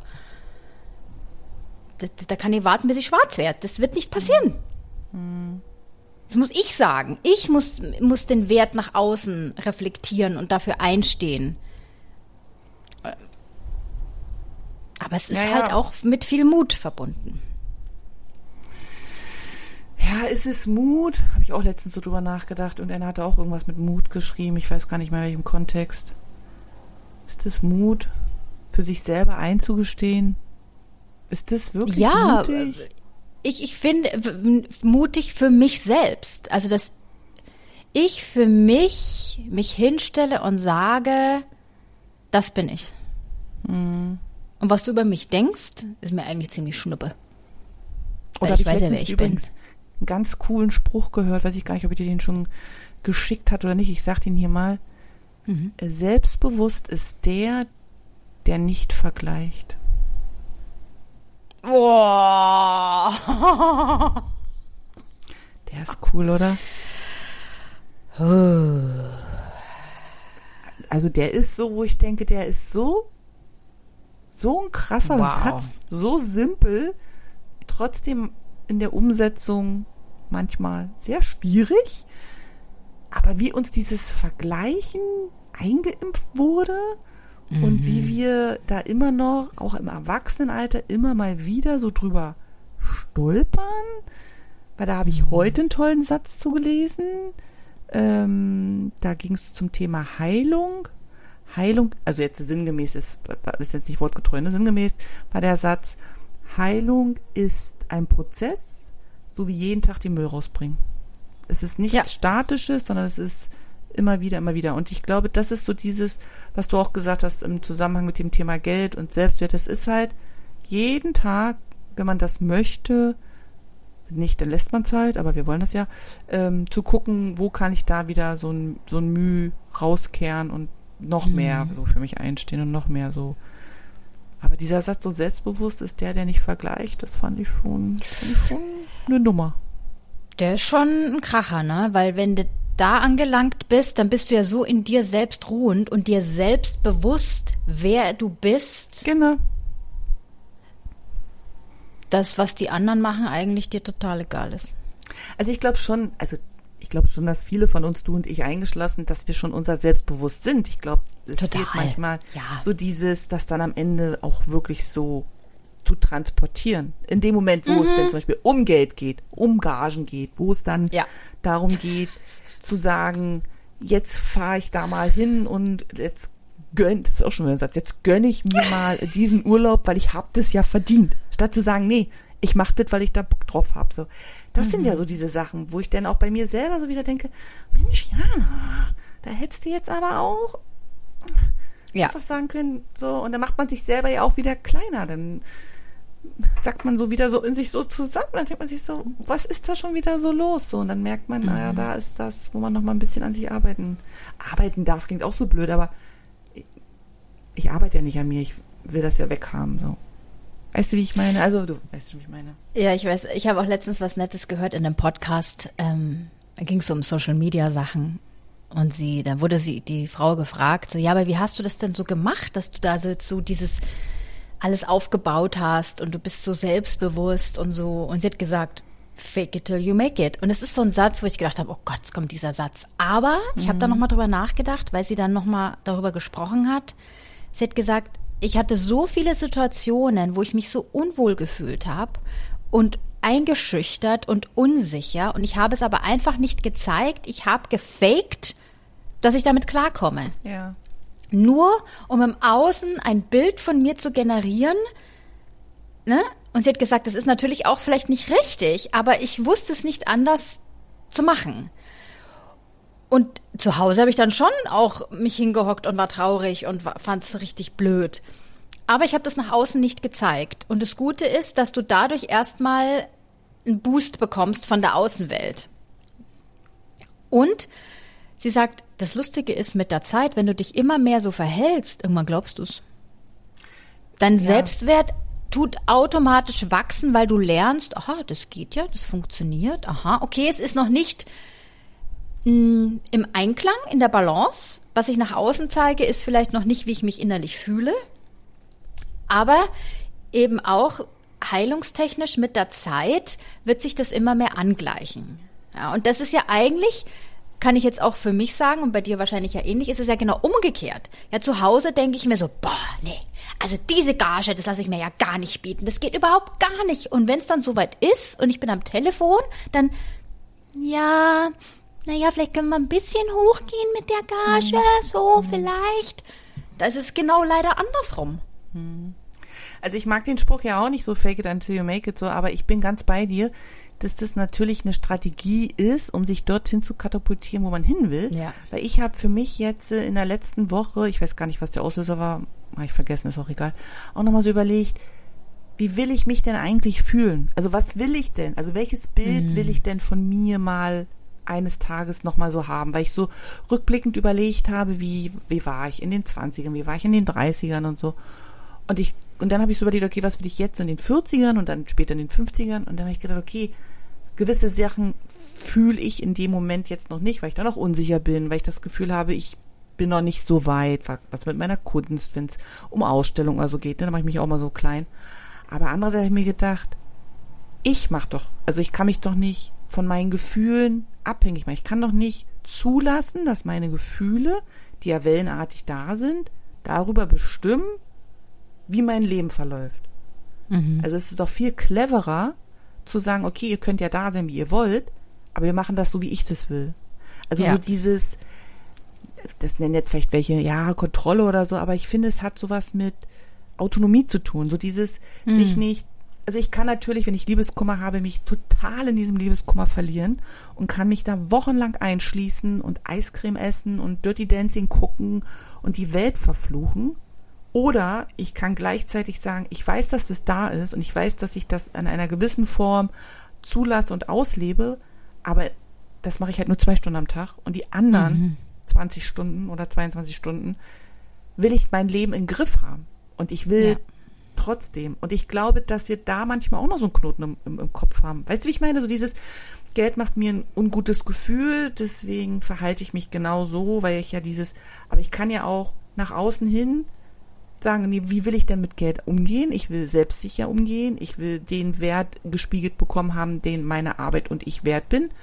Da, da kann ich warten, bis ich schwarz werde. Das wird nicht passieren. Mhm. Das muss ich sagen. Ich muss, muss den Wert nach außen reflektieren und dafür einstehen. Aber es ist ja, halt ja. auch mit viel Mut verbunden. Ja, ist es Mut? Habe ich auch letztens so drüber nachgedacht. Und einer hatte auch irgendwas mit Mut geschrieben. Ich weiß gar nicht mehr, in welchem Kontext. Ist das Mut, für sich selber einzugestehen? Ist das wirklich ja, mutig? Ja, ich, ich finde w- mutig für mich selbst. Also, dass ich für mich mich hinstelle und sage, das bin ich. Mhm. Und was du über mich denkst, ist mir eigentlich ziemlich schnuppe. Oder ich, ich weiß ja, wer ich übrigens bin. Einen ganz coolen Spruch gehört, weiß ich gar nicht, ob ich dir den schon geschickt hat oder nicht. Ich sag den hier mal. Mhm. Selbstbewusst ist der, der nicht vergleicht. Oh. Der ist cool, oder? Also der ist so, wo ich denke, der ist so so ein krasser wow. Satz, so simpel, trotzdem in der Umsetzung manchmal sehr schwierig. Aber wie uns dieses Vergleichen eingeimpft wurde mhm. und wie wir da immer noch, auch im Erwachsenenalter, immer mal wieder so drüber stolpern. Weil da habe ich mhm. heute einen tollen Satz zugelesen. Ähm, da ging es zum Thema Heilung. Heilung, also jetzt sinngemäß ist, ist jetzt nicht wortgetreu, ne? Sinngemäß war der Satz, Heilung ist ein Prozess, so wie jeden Tag den Müll rausbringen. Es ist nichts ja. Statisches, sondern es ist immer wieder, immer wieder. Und ich glaube, das ist so dieses, was du auch gesagt hast im Zusammenhang mit dem Thema Geld und Selbstwert. Das ist halt jeden Tag, wenn man das möchte, nicht, dann lässt man es halt, aber wir wollen das ja, ähm, zu gucken, wo kann ich da wieder so ein, so ein Mühe rauskehren und noch mehr mhm. so für mich einstehen und noch mehr so. Aber dieser Satz, so selbstbewusst ist der, der nicht vergleicht, das fand ich schon, fand ich schon eine Nummer. Der ist schon ein Kracher, ne? Weil wenn du da angelangt bist, dann bist du ja so in dir selbst ruhend und dir selbst bewusst, wer du bist. Genau. Das, was die anderen machen, eigentlich dir total egal ist. Also ich glaube schon, also ich glaube schon, dass viele von uns, du und ich eingeschlossen, dass wir schon unser Selbstbewusst sind. Ich glaube, es Total. fehlt manchmal Ja. so dieses, das dann am Ende auch wirklich so zu transportieren. In dem Moment, wo Mhm. es denn zum Beispiel um Geld geht, um Gagen geht, wo es dann Ja. darum geht, zu sagen, jetzt fahre ich da mal hin und jetzt gönn, das ist auch schon wieder ein Satz, jetzt gönne ich mir mal diesen Urlaub, weil ich hab das ja verdient. Statt zu sagen, nee, ich mach das, weil ich da Bock drauf hab. So. Das mhm. sind ja so diese Sachen, wo ich dann auch bei mir selber so wieder denke, Mensch, Jana, da hättest du jetzt aber auch Ja. einfach sagen können, so, und dann macht man sich selber ja auch wieder kleiner, dann sagt man so wieder so in sich so zusammen, dann denkt man sich so, was ist da schon wieder so los? So, und dann merkt man, mhm. naja, da ist das, wo man noch mal ein bisschen an sich arbeiten, arbeiten darf, klingt auch so blöd, aber ich, ich arbeite ja nicht an mir, ich will das ja weghaben, so. Weißt du, wie ich meine? Also, du weißt schon, wie ich meine. Ja, ich weiß, ich habe auch letztens was Nettes gehört in einem Podcast, ähm, da ging es um Social-Media-Sachen. Und sie, da wurde sie, die Frau gefragt, so, ja, aber wie hast du das denn so gemacht, dass du da so, so dieses alles aufgebaut hast und du bist so selbstbewusst und so. Und sie hat gesagt, fake it till you make it. Und es ist so ein Satz, wo ich gedacht habe, oh Gott, jetzt kommt dieser Satz. Aber ich mhm. habe da nochmal drüber nachgedacht, weil sie dann nochmal darüber gesprochen hat. Sie hat gesagt, ich hatte so viele Situationen, wo ich mich so unwohl gefühlt habe und eingeschüchtert und unsicher. Und ich habe es aber einfach nicht gezeigt. Ich habe gefaked, dass ich damit klarkomme. Ja. Nur, um im Außen ein Bild von mir zu generieren. Ne? Und sie hat gesagt, das ist natürlich auch vielleicht nicht richtig, aber ich wusste es nicht anders zu machen. Und zu Hause habe ich dann schon auch mich hingehockt und war traurig und fand es richtig blöd. Aber ich habe das nach außen nicht gezeigt. Und das Gute ist, dass du dadurch erstmal einen Boost bekommst von der Außenwelt. Und sie sagt, das Lustige ist mit der Zeit, wenn du dich immer mehr so verhältst, irgendwann glaubst du es. Dein ja. Selbstwert tut automatisch wachsen, weil du lernst, aha, das geht ja, das funktioniert, aha, okay, es ist noch nicht mh, im Einklang, in der Balance. Was ich nach außen zeige, ist vielleicht noch nicht, wie ich mich innerlich fühle, aber eben auch heilungstechnisch mit der Zeit wird sich das immer mehr angleichen. Ja, und das ist ja eigentlich, kann ich jetzt auch für mich sagen, und bei dir wahrscheinlich ja ähnlich, ist es ja genau umgekehrt. Ja, zu Hause denke ich mir so, boah, nee, also diese Gage, das lasse ich mir ja gar nicht bieten, das geht überhaupt gar nicht. Und wenn es dann soweit ist und ich bin am Telefon, dann, ja, naja, vielleicht können wir ein bisschen hochgehen mit der Gage, mhm. so mhm. vielleicht. Das ist genau leider andersrum. Mhm. Also ich mag den Spruch ja auch nicht so, fake it until you make it, so, aber ich bin ganz bei dir, dass das natürlich eine Strategie ist, um sich dorthin zu katapultieren, wo man hin will. Ja. Weil ich habe für mich jetzt in der letzten Woche, ich weiß gar nicht, was der Auslöser war, habe ich vergessen, ist auch egal, auch nochmal so überlegt, wie will ich mich denn eigentlich fühlen? Also was will ich denn? Also welches Bild mhm. will ich denn von mir mal eines Tages nochmal so haben? Weil ich so rückblickend überlegt habe, wie, wie war ich in den zwanzigern, wie war ich in den dreißigern und so. Und ich Und dann habe ich so überlegt, okay, was will ich jetzt in den vierzigern und dann später in den fünfzigern? Und dann habe ich gedacht, okay, gewisse Sachen fühle ich in dem Moment jetzt noch nicht, weil ich da noch unsicher bin, weil ich das Gefühl habe, ich bin noch nicht so weit, was mit meiner Kunst, wenn es um Ausstellungen oder so geht, ne, dann mache ich mich auch mal so klein. Aber andererseits habe ich mir gedacht, ich mache doch, also ich kann mich doch nicht von meinen Gefühlen abhängig machen. Ich kann doch nicht zulassen, dass meine Gefühle, die ja wellenartig da sind, darüber bestimmen, wie mein Leben verläuft. Mhm. Also es ist doch viel cleverer zu sagen, okay, ihr könnt ja da sein, wie ihr wollt, aber wir machen das so, wie ich das will. Also ja. so dieses, das nennen jetzt vielleicht welche, ja, Kontrolle oder so, aber ich finde, es hat sowas mit Autonomie zu tun. So dieses, mhm. sich nicht, also ich kann natürlich, wenn ich Liebeskummer habe, mich total in diesem Liebeskummer verlieren und kann mich da wochenlang einschließen und Eiscreme essen und Dirty Dancing gucken und die Welt verfluchen. Oder ich kann gleichzeitig sagen, ich weiß, dass das da ist und ich weiß, dass ich das in einer gewissen Form zulasse und auslebe, aber das mache ich halt nur zwei Stunden am Tag und die anderen mhm. zwanzig Stunden oder zweiundzwanzig Stunden will ich mein Leben im Griff haben. Und ich will ja. trotzdem. Und ich glaube, dass wir da manchmal auch noch so einen Knoten im, im, im Kopf haben. Weißt du, wie ich meine? So dieses Geld macht mir ein ungutes Gefühl, deswegen verhalte ich mich genau so, weil ich ja dieses, aber ich kann ja auch nach außen hin sagen, nee, wie will ich denn mit Geld umgehen? Ich will selbstsicher umgehen. Ich will den Wert gespiegelt bekommen haben, den meine Arbeit und ich wert bin.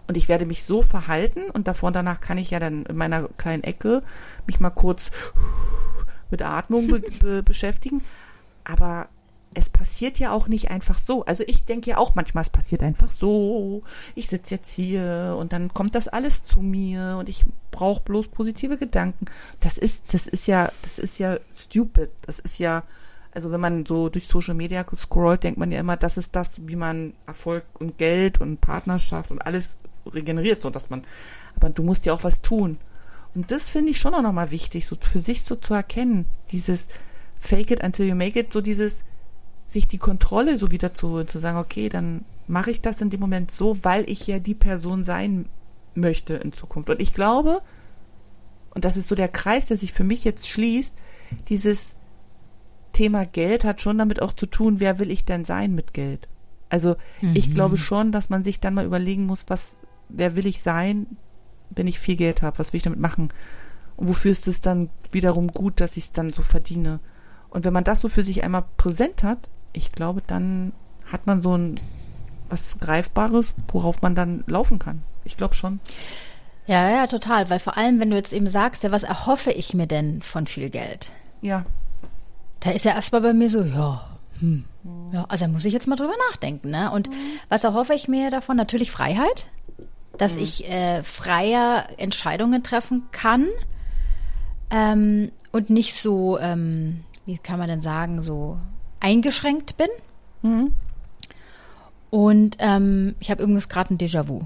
Und ich werde mich so verhalten und davor und danach kann ich ja dann in meiner kleinen Ecke mich mal kurz mit Atmung be- be- beschäftigen. Aber es passiert ja auch nicht einfach so. Also ich denke ja auch manchmal, es passiert einfach so. Ich sitze jetzt hier und dann kommt das alles zu mir und ich brauche bloß positive Gedanken. Das ist, das ist ja, das ist ja stupid. Das ist ja, also wenn man so durch Social Media scrollt, denkt man ja immer, das ist das, wie man Erfolg und Geld und Partnerschaft und alles regeneriert, so dass man, aber du musst ja auch was tun. Und das finde ich schon auch nochmal wichtig, so für sich so zu erkennen, dieses fake it until you make it, so dieses, sich die Kontrolle so wieder zu holen, zu sagen, okay, dann mache ich das in dem Moment so, weil ich ja die Person sein möchte in Zukunft. Und ich glaube, und das ist so der Kreis, der sich für mich jetzt schließt, dieses Thema Geld hat schon damit auch zu tun, wer will ich denn sein mit Geld? Also mhm. ich glaube schon, dass man sich dann mal überlegen muss, was, wer will ich sein, wenn ich viel Geld habe, was will ich damit machen? Und wofür ist es dann wiederum gut, dass ich es dann so verdiene? Und wenn man das so für sich einmal präsent hat, ich glaube, dann hat man so ein was Greifbares, worauf man dann laufen kann. Ich glaube schon. Ja, ja, total. Weil vor allem, wenn du jetzt eben sagst, ja, was erhoffe ich mir denn von viel Geld? Ja. Da ist ja erstmal bei mir so, ja, hm, ja, also da muss ich jetzt mal drüber nachdenken, ne? Und mhm. was erhoffe ich mir davon? Natürlich Freiheit, dass mhm. ich äh, freier Entscheidungen treffen kann ähm, und nicht so, ähm, wie kann man denn sagen, so eingeschränkt bin. Mhm. Und ähm, ich habe übrigens gerade ein Déjà-vu.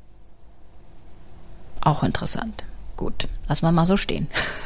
Auch interessant. Gut, lassen wir mal so stehen.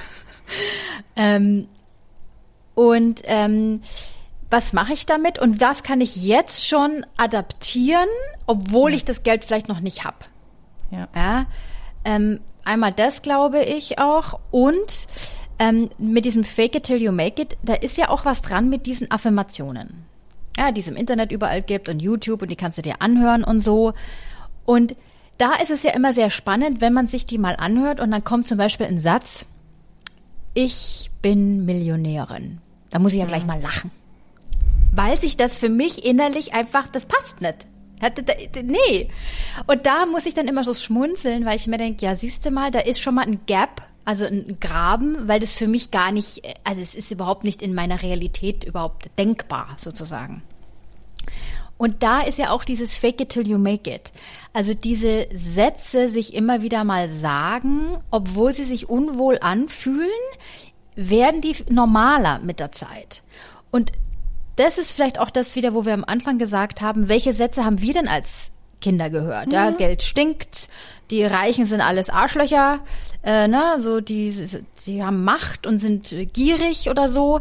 ähm, und ähm, was mache ich damit und was kann ich jetzt schon adaptieren, obwohl ja. ich das Geld vielleicht noch nicht habe? Ja. Ja, ähm, einmal das glaube ich auch und ähm, mit diesem Fake it till you make it, da ist ja auch was dran mit diesen Affirmationen, ja, die es im Internet überall gibt und YouTube und die kannst du dir anhören und so. Und da ist es ja immer sehr spannend, wenn man sich die mal anhört und dann kommt zum Beispiel ein Satz, ich bin Millionärin. Da muss ich ja gleich mal lachen. Weil sich das für mich innerlich einfach, das passt nicht. Nee. Und da muss ich dann immer so schmunzeln, weil ich mir denke, ja, siehst du mal, da ist schon mal ein Gap, also ein Graben, weil das für mich gar nicht, also es ist überhaupt nicht in meiner Realität überhaupt denkbar, sozusagen. Und da ist ja auch dieses Fake it till you make it. Also diese Sätze sich immer wieder mal sagen, obwohl sie sich unwohl anfühlen, werden die normaler mit der Zeit. Und das ist vielleicht auch das wieder, wo wir am Anfang gesagt haben, welche Sätze haben wir denn als Kinder gehört? Mhm. Ja, Geld stinkt, die Reichen sind alles Arschlöcher, äh, ne, so die, die haben Macht und sind gierig oder so.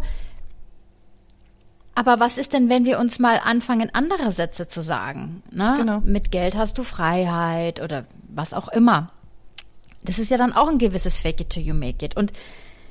Aber was ist denn, wenn wir uns mal anfangen, andere Sätze zu sagen? Ne? Genau. Mit Geld hast du Freiheit oder was auch immer. Das ist ja dann auch ein gewisses Fake it till you make it. Und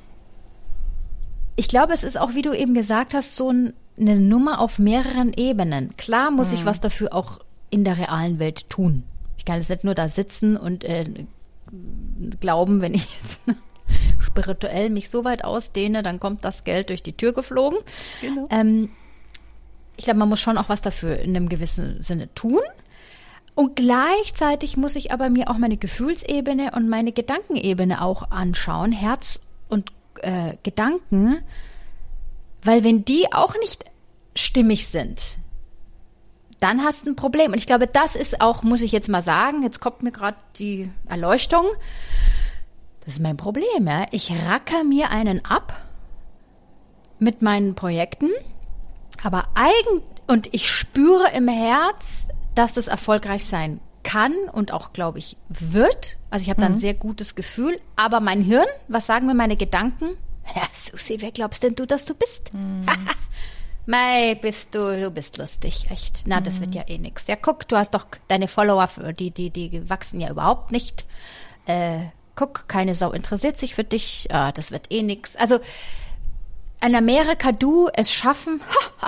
ich glaube, es ist auch, wie du eben gesagt hast, so ein, eine Nummer auf mehreren Ebenen. Klar muss mhm. ich was dafür auch in der realen Welt tun. Ich kann jetzt nicht nur da sitzen und äh, glauben, wenn ich jetzt spirituell mich so weit ausdehne, dann kommt das Geld durch die Tür geflogen. Genau. Ähm, ich glaube, man muss schon auch was dafür in einem gewissen Sinne tun. Und gleichzeitig muss ich aber mir auch meine Gefühlsebene und meine Gedankenebene auch anschauen, Herz und äh, Gedanken, weil wenn die auch nicht stimmig sind, dann hast du ein Problem. Und ich glaube, das ist auch, muss ich jetzt mal sagen, jetzt kommt mir gerade die Erleuchtung, das ist mein Problem, ja. Ich racker mir einen ab mit meinen Projekten, aber eigen und ich spüre im Herz, dass das erfolgreich sein kann und auch, glaube ich, wird. Also ich habe da ein mhm. sehr gutes Gefühl. Aber mein Hirn, was sagen mir meine Gedanken? Ja, Susi, wer glaubst denn du, dass du bist? Mhm. Mei, bist du, du bist lustig, echt. Na, das mhm. wird ja eh nix. Ja, guck, du hast doch deine Follower, die, die, die wachsen ja überhaupt nicht. Äh, guck, keine Sau interessiert sich für dich. Ah, das wird eh nix. Also, in Amerika, du es schaffen.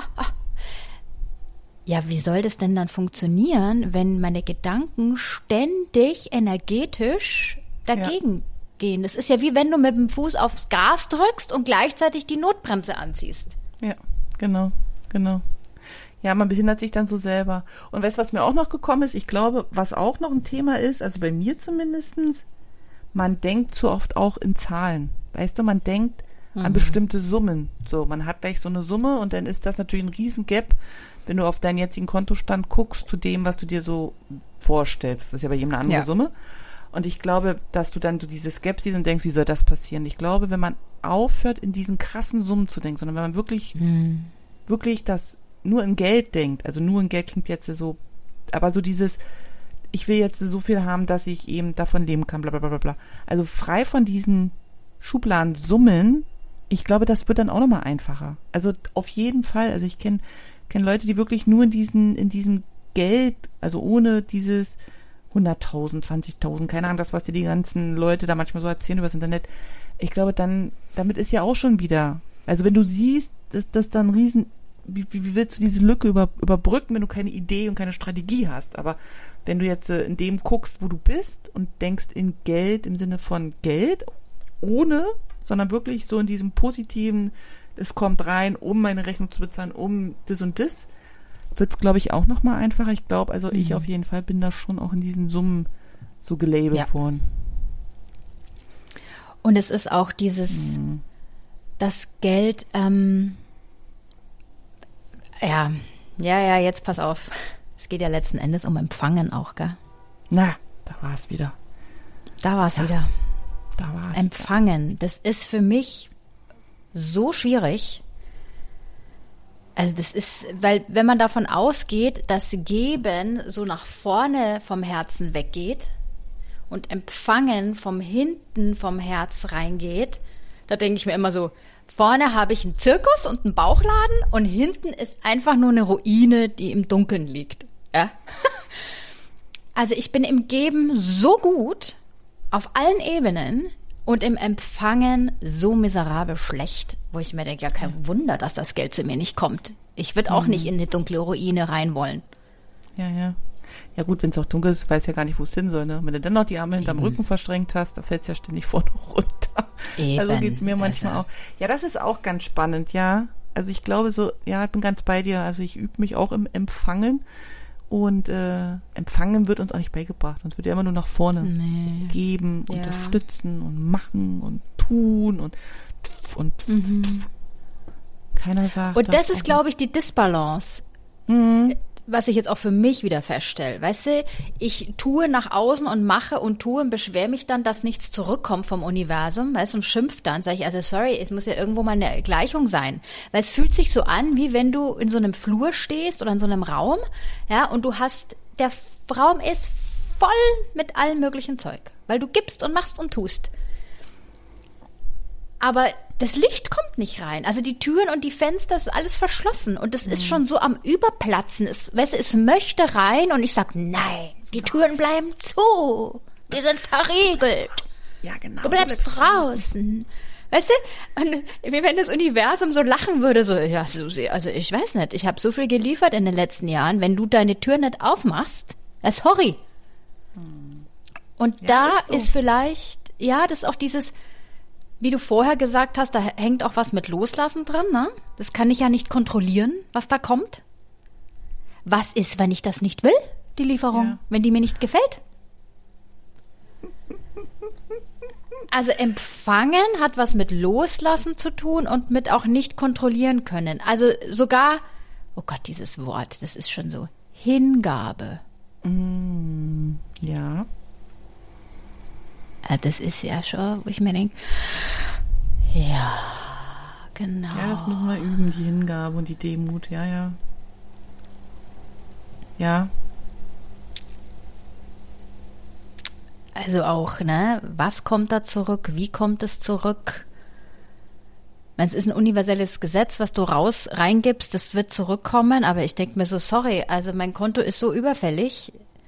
Ja, wie soll das denn dann funktionieren, wenn meine Gedanken ständig energetisch dagegen ja. gehen? Das ist ja wie wenn du mit dem Fuß aufs Gas drückst und gleichzeitig die Notbremse anziehst. Ja, genau, genau. Ja, man behindert sich dann so selber. Und weißt du, was mir auch noch gekommen ist? Ich glaube, was auch noch ein Thema ist, also bei mir zumindestens, man denkt zu oft auch in Zahlen. Weißt du, man denkt mhm. an bestimmte Summen. So, man hat gleich so eine Summe und dann ist das natürlich ein riesen Gap, wenn du auf deinen jetzigen Kontostand guckst, zu dem, was du dir so vorstellst. Das ist ja bei jedem eine andere ja. Summe. Und ich glaube, dass du dann so dieses Gap siehst und denkst, wie soll das passieren? Ich glaube, wenn man aufhört, in diesen krassen Summen zu denken, sondern wenn man wirklich, mhm. wirklich das nur in Geld denkt, also nur in Geld klingt jetzt so, aber so dieses, ich will jetzt so viel haben, dass ich eben davon leben kann, bla bla bla bla. Also frei von diesen Schubladensummen, ich glaube, das wird dann auch nochmal einfacher. Also auf jeden Fall, also ich kenne kenne Leute, die wirklich nur in diesen, in diesem Geld, also ohne dieses hunderttausend, zwanzigtausend, keine Ahnung, das, was dir die ganzen Leute da manchmal so erzählen übers Internet. Ich glaube, dann, damit ist ja auch schon wieder, also wenn du siehst, dass das dann riesen, wie, wie, wie willst du diese Lücke über, überbrücken, wenn du keine Idee und keine Strategie hast? Aber wenn du jetzt äh, in dem guckst, wo du bist und denkst in Geld im Sinne von Geld, ohne, sondern wirklich so in diesem positiven, es kommt rein, um meine Rechnung zu bezahlen, um das und das, wird es, glaube ich, auch nochmal einfacher. Ich glaube, also mhm. ich auf jeden Fall bin da schon auch in diesen Summen so gelabelt ja. worden. Und es ist auch dieses, mhm. das Geld, ähm, ja, ja, ja, jetzt pass auf. Es geht ja letzten Endes um Empfangen auch, gell? Na, da war es wieder. Da war es ja. wieder. Da war es. Empfangen, das ist für mich so schwierig. Also das ist, weil wenn man davon ausgeht, dass Geben so nach vorne vom Herzen weggeht und Empfangen vom hinten vom Herz reingeht, da denke ich mir immer so, vorne habe ich einen Zirkus und einen Bauchladen und hinten ist einfach nur eine Ruine, die im Dunkeln liegt. Ja? Also ich bin im Geben so gut, auf allen Ebenen, und im Empfangen so miserabel schlecht, wo ich mir denke, ja, kein Wunder, dass das Geld zu mir nicht kommt. Ich würde auch mhm. nicht in eine dunkle Ruine rein wollen. Ja, ja. Ja gut, wenn es auch dunkel ist, weiß ja gar nicht, wo es hin soll. Ne? Wenn du dann noch die Arme hinterm Eben. Rücken verschränkt hast, da fällt es ja ständig vorne runter. Eben. Also geht es mir manchmal also. auch. Ja, das ist auch ganz spannend, ja. Also ich glaube so, ja, ich bin ganz bei dir. Also ich übe mich auch im Empfangen. Und äh, Empfangen wird uns auch nicht beigebracht. Uns wird ja immer nur nach vorne nee. geben, ja. unterstützen und machen und tun und und mhm. keiner sagt. Und das ist, glaube ich, die Disbalance, mhm. was ich jetzt auch für mich wieder feststelle. Weißt du, ich tue nach außen und mache und tue und beschwere mich dann, dass nichts zurückkommt vom Universum, weißt du, und schimpf dann. Sage ich, also sorry, es muss ja irgendwo mal eine Gleichung sein. Weil es fühlt sich so an, wie wenn du in so einem Flur stehst oder in so einem Raum, ja, und du hast, der Raum ist voll mit allem möglichen Zeug, weil du gibst und machst und tust. Aber das Licht kommt nicht rein. Also die Türen und die Fenster, ist alles verschlossen. Und das mhm. ist schon so am Überplatzen. Es, weißt du, es möchte rein und ich sag, nein, die Türen bleiben zu. Die sind verriegelt. Ja, genau. Du bleibst, du bleibst draußen. Weißt du, und wie wenn das Universum so lachen würde, so, ja, so, also ich weiß nicht, ich habe so viel geliefert in den letzten Jahren, wenn du deine Tür nicht aufmachst, sorry. Mhm. Und ja, da ist, so. ist vielleicht, ja, das ist auch dieses, wie du vorher gesagt hast, da hängt auch was mit Loslassen dran, ne? Das kann ich ja nicht kontrollieren, was da kommt. Was ist, wenn ich das nicht will, die Lieferung, ja. wenn die mir nicht gefällt? Also Empfangen hat was mit Loslassen zu tun und mit auch nicht kontrollieren können. Also sogar, oh Gott, dieses Wort, das ist schon so, Hingabe. Mm, ja. Das ist ja schon, wo ich mir denke, ja, genau. Ja, das müssen wir üben, die Hingabe und die Demut, ja, ja. Ja. Also auch, ne, was kommt da zurück, wie kommt es zurück? Es ist ein universelles Gesetz, was du raus reingibst, das wird zurückkommen, aber ich denke mir so, sorry, also mein Konto ist so überfällig.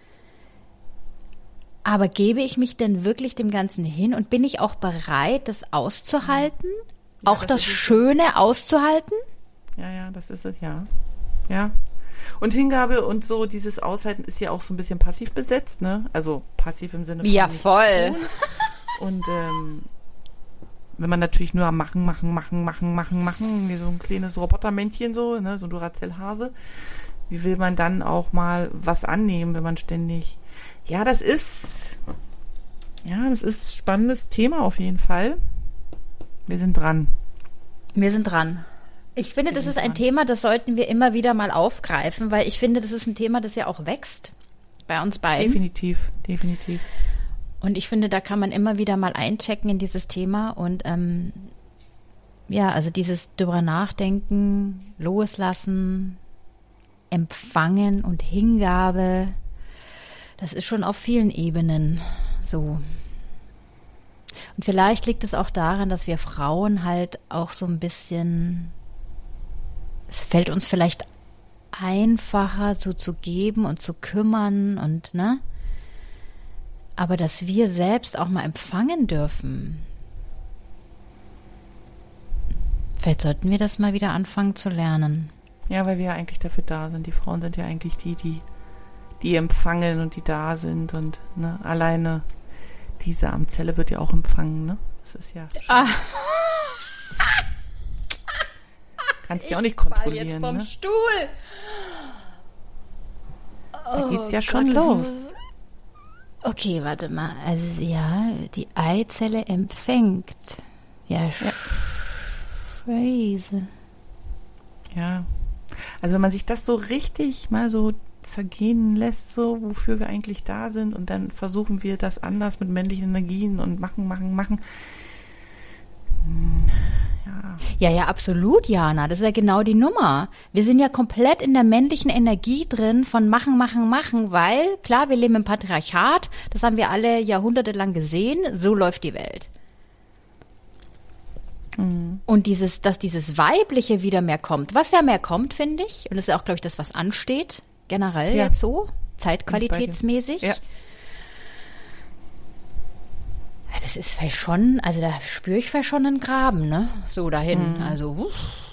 Aber gebe ich mich denn wirklich dem Ganzen hin und bin ich auch bereit, das auszuhalten? Ja, auch das, das Schöne auszuhalten? Ja, ja, das ist es, ja. Ja. Und Hingabe und so, dieses Aushalten ist ja auch so ein bisschen passiv besetzt, ne? Also passiv im Sinne von ja, voll. Tun. Und ähm, wenn man natürlich nur am Machen, Machen, Machen, Machen, Machen, Machen, wie so ein kleines Robotermännchen so, ne, so ein Duracell-Hase, wie will man dann auch mal was annehmen, wenn man ständig, ja, das ist, ja, das ist ein spannendes Thema auf jeden Fall. Wir sind dran. Wir sind dran. Ich finde, wir das ist ein dran. Thema, das sollten wir immer wieder mal aufgreifen, weil ich finde, das ist ein Thema, das ja auch wächst bei uns beiden. Definitiv, definitiv. Und ich finde, da kann man immer wieder mal einchecken in dieses Thema und ähm, ja, also dieses drüber nachdenken, loslassen, empfangen und Hingabe, das ist schon auf vielen Ebenen so. Und vielleicht liegt es auch daran, dass wir Frauen halt auch so ein bisschen, es fällt uns vielleicht einfacher, so zu geben und zu kümmern und, ne? Aber dass wir selbst auch mal empfangen dürfen. Vielleicht sollten wir das mal wieder anfangen zu lernen. Ja, weil wir ja eigentlich dafür da sind. Die Frauen sind ja eigentlich die, die, die empfangen und die da sind und ne, alleine die Samenzelle wird ja auch empfangen, ne? Das ist ja ah. Kannst ja auch nicht kontrollieren, jetzt vom ne? Stuhl. Da geht's ja Oh schon Gott, los. Okay, warte mal. Also ja, die Eizelle empfängt. Ja, Ja. Scheiße. Ja. Also wenn man sich das so richtig mal so zergehen lässt, so wofür wir eigentlich da sind und dann versuchen wir das anders mit männlichen Energien und machen, machen, machen. Ja. Ja, ja, absolut, Jana. Das ist ja genau die Nummer. Wir sind ja komplett in der männlichen Energie drin von machen, machen, machen, weil, klar, wir leben im Patriarchat. Das haben wir alle jahrhundertelang gesehen. So läuft die Welt. Mhm. Und dieses, dass dieses Weibliche wieder mehr kommt, was ja mehr kommt, finde ich, und das ist auch, glaube ich, das, was ansteht, generell Ja. jetzt so, zeitqualitätsmäßig. Ja. Das ist vielleicht schon, also da spüre ich vielleicht schon einen Graben, ne? So dahin, Mhm. also uff.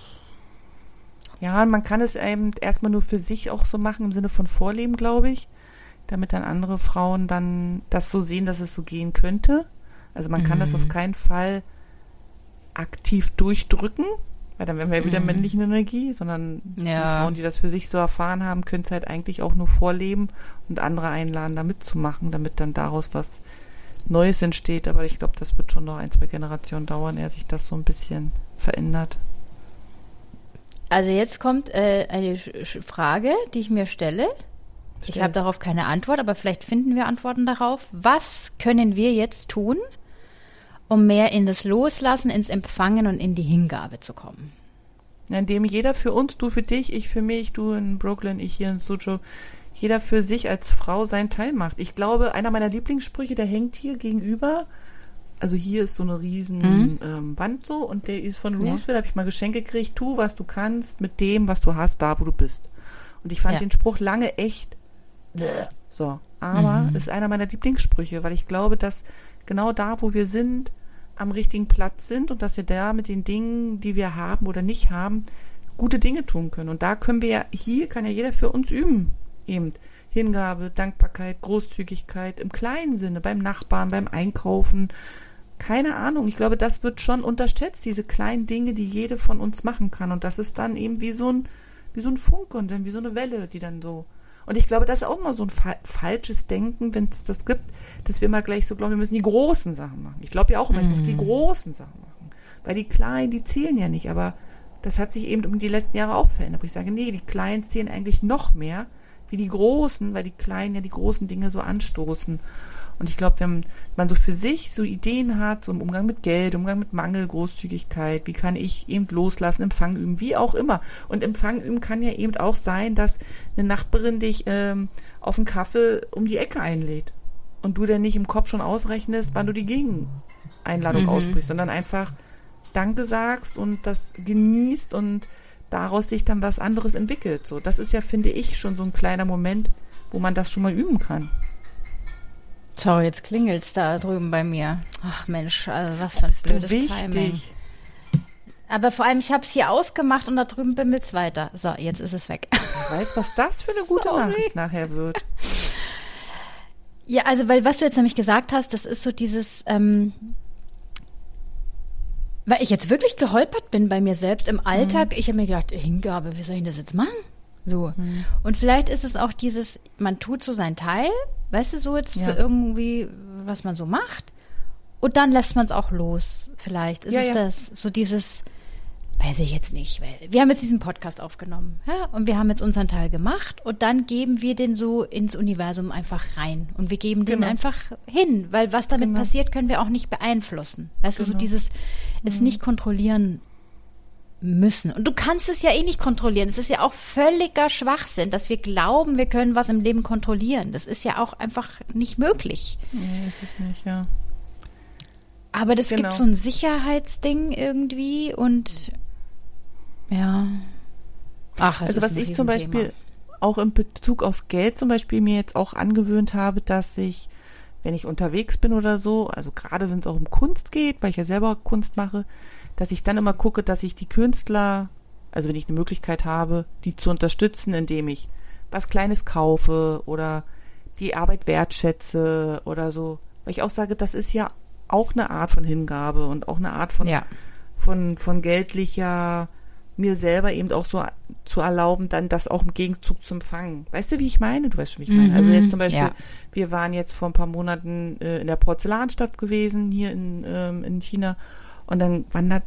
Ja, und man kann es eben erstmal nur für sich auch so machen, im Sinne von Vorleben, glaube ich, damit dann andere Frauen dann das so sehen, dass es so gehen könnte. Also man kann Mhm. das auf keinen Fall aktiv durchdrücken, weil dann wären wir wieder Mhm. männlichen Energie, sondern die Ja. Frauen, die das für sich so erfahren haben, können es halt eigentlich auch nur vorleben und andere einladen, da mitzumachen, damit dann daraus was Neues entsteht. Aber ich glaube, das wird schon noch ein, zwei Generationen dauern, ehe sich das so ein bisschen verändert. Also jetzt kommt äh, eine Sch- Sch- Frage, die ich mir stelle. Ich Stell. habe darauf keine Antwort, aber vielleicht finden wir Antworten darauf. Was können wir jetzt tun, um mehr in das Loslassen, ins Empfangen und in die Hingabe zu kommen? Indem jeder für uns, du für dich, ich für mich, du in Brooklyn, ich hier in Suzhou, jeder für sich als Frau seinen Teil macht. Ich glaube, einer meiner Lieblingssprüche, der hängt hier gegenüber, also hier ist so eine riesen Mhm. ähm, Wand so und der ist von Ja. Roosevelt, habe ich mal geschenkt gekriegt, tu, was du kannst mit dem, was du hast, da, wo du bist. Und ich fand Ja. den Spruch lange echt so, aber Mhm. ist einer meiner Lieblingssprüche, weil ich glaube, dass genau da, wo wir sind, am richtigen Platz sind und dass wir da mit den Dingen, die wir haben oder nicht haben, gute Dinge tun können. Und da können wir ja, hier kann ja jeder für uns üben. Eben Hingabe, Dankbarkeit, Großzügigkeit im kleinen Sinne, beim Nachbarn, beim Einkaufen. Keine Ahnung. Ich glaube, das wird schon unterschätzt, diese kleinen Dinge, die jede von uns machen kann. Und das ist dann eben wie so ein, wie so ein Funke und dann wie so eine Welle, die dann so. Und ich glaube, das ist auch mal so ein fa- falsches Denken, wenn es das gibt, dass wir immer gleich so glauben, wir müssen die großen Sachen machen. Ich glaube ja auch immer, ich muss die großen Sachen machen. Weil die kleinen, die zählen ja nicht. Aber das hat sich eben um die letzten Jahre auch verändert. Aber ich sage, nee, die kleinen zählen eigentlich noch mehr wie die großen, weil die kleinen ja die großen Dinge so anstoßen. Und ich glaube, wenn man so für sich so Ideen hat, so im Umgang mit Geld, Umgang mit Mangel, Großzügigkeit, wie kann ich eben loslassen, Empfang üben, wie auch immer. Und Empfang üben kann ja eben auch sein, dass eine Nachbarin dich ähm, auf einen Kaffee um die Ecke einlädt und du dann nicht im Kopf schon ausrechnest, wann du die Gegeneinladung Mhm. aussprichst, sondern einfach Danke sagst und das genießt und daraus sich dann was anderes entwickelt. So, das ist ja, finde ich, schon so ein kleiner Moment, wo man das schon mal üben kann. Sorry, jetzt klingelt's da drüben bei mir. Ach Mensch, also was für ein Bist du blödes Timing. wichtig? Aber vor allem, ich habe es hier ausgemacht und da drüben bimmelt's weiter. So, jetzt ist es weg. Wer weiß, was das für eine gute Sorry. Nachricht nachher wird. Ja, also, weil was du jetzt nämlich gesagt hast, das ist so dieses, ähm, weil ich jetzt wirklich geholpert bin bei mir selbst im Alltag. Ich habe mir gedacht, Hingabe, wie soll ich das jetzt machen? So. Mhm. Und vielleicht ist es auch dieses, man tut so seinen Teil, weißt du, so jetzt Ja. für irgendwie, was man so macht. Und dann lässt man es auch los, vielleicht. Ist Ja, es ja. das, so dieses, weiß ich jetzt nicht, weil wir haben jetzt diesen Podcast aufgenommen, ja, und wir haben jetzt unseren Teil gemacht und dann geben wir den so ins Universum einfach rein und wir geben den Genau. einfach hin, weil was damit Genau. passiert, können wir auch nicht beeinflussen. Weißt du, so Genau. dieses, es nicht kontrollieren müssen. Und du kannst es ja eh nicht kontrollieren. Es ist ja auch völliger Schwachsinn, dass wir glauben, wir können was im Leben kontrollieren. Das ist ja auch einfach nicht möglich. Nee, ist es nicht, ja. Aber das Genau. gibt so ein Sicherheitsding irgendwie und ja. Ach, es Also ist was ein ich zum Riesenthema. Beispiel auch in Bezug auf Geld zum Beispiel mir jetzt auch angewöhnt habe, dass ich, wenn ich unterwegs bin oder so, also gerade wenn es auch um Kunst geht, weil ich ja selber Kunst mache, dass ich dann immer gucke, dass ich die Künstler, also wenn ich eine Möglichkeit habe, die zu unterstützen, indem ich was Kleines kaufe oder die Arbeit wertschätze oder so. Weil ich auch sage, das ist ja auch eine Art von Hingabe und auch eine Art von, Ja. von, von geldlicher, mir selber eben auch so zu erlauben, dann das auch im Gegenzug zu empfangen. Weißt du, wie ich meine? Du weißt schon, wie ich meine. Also jetzt zum Beispiel, ja. wir waren jetzt vor ein paar Monaten äh, in der Porzellanstadt gewesen, hier in, ähm, in China. Und dann waren da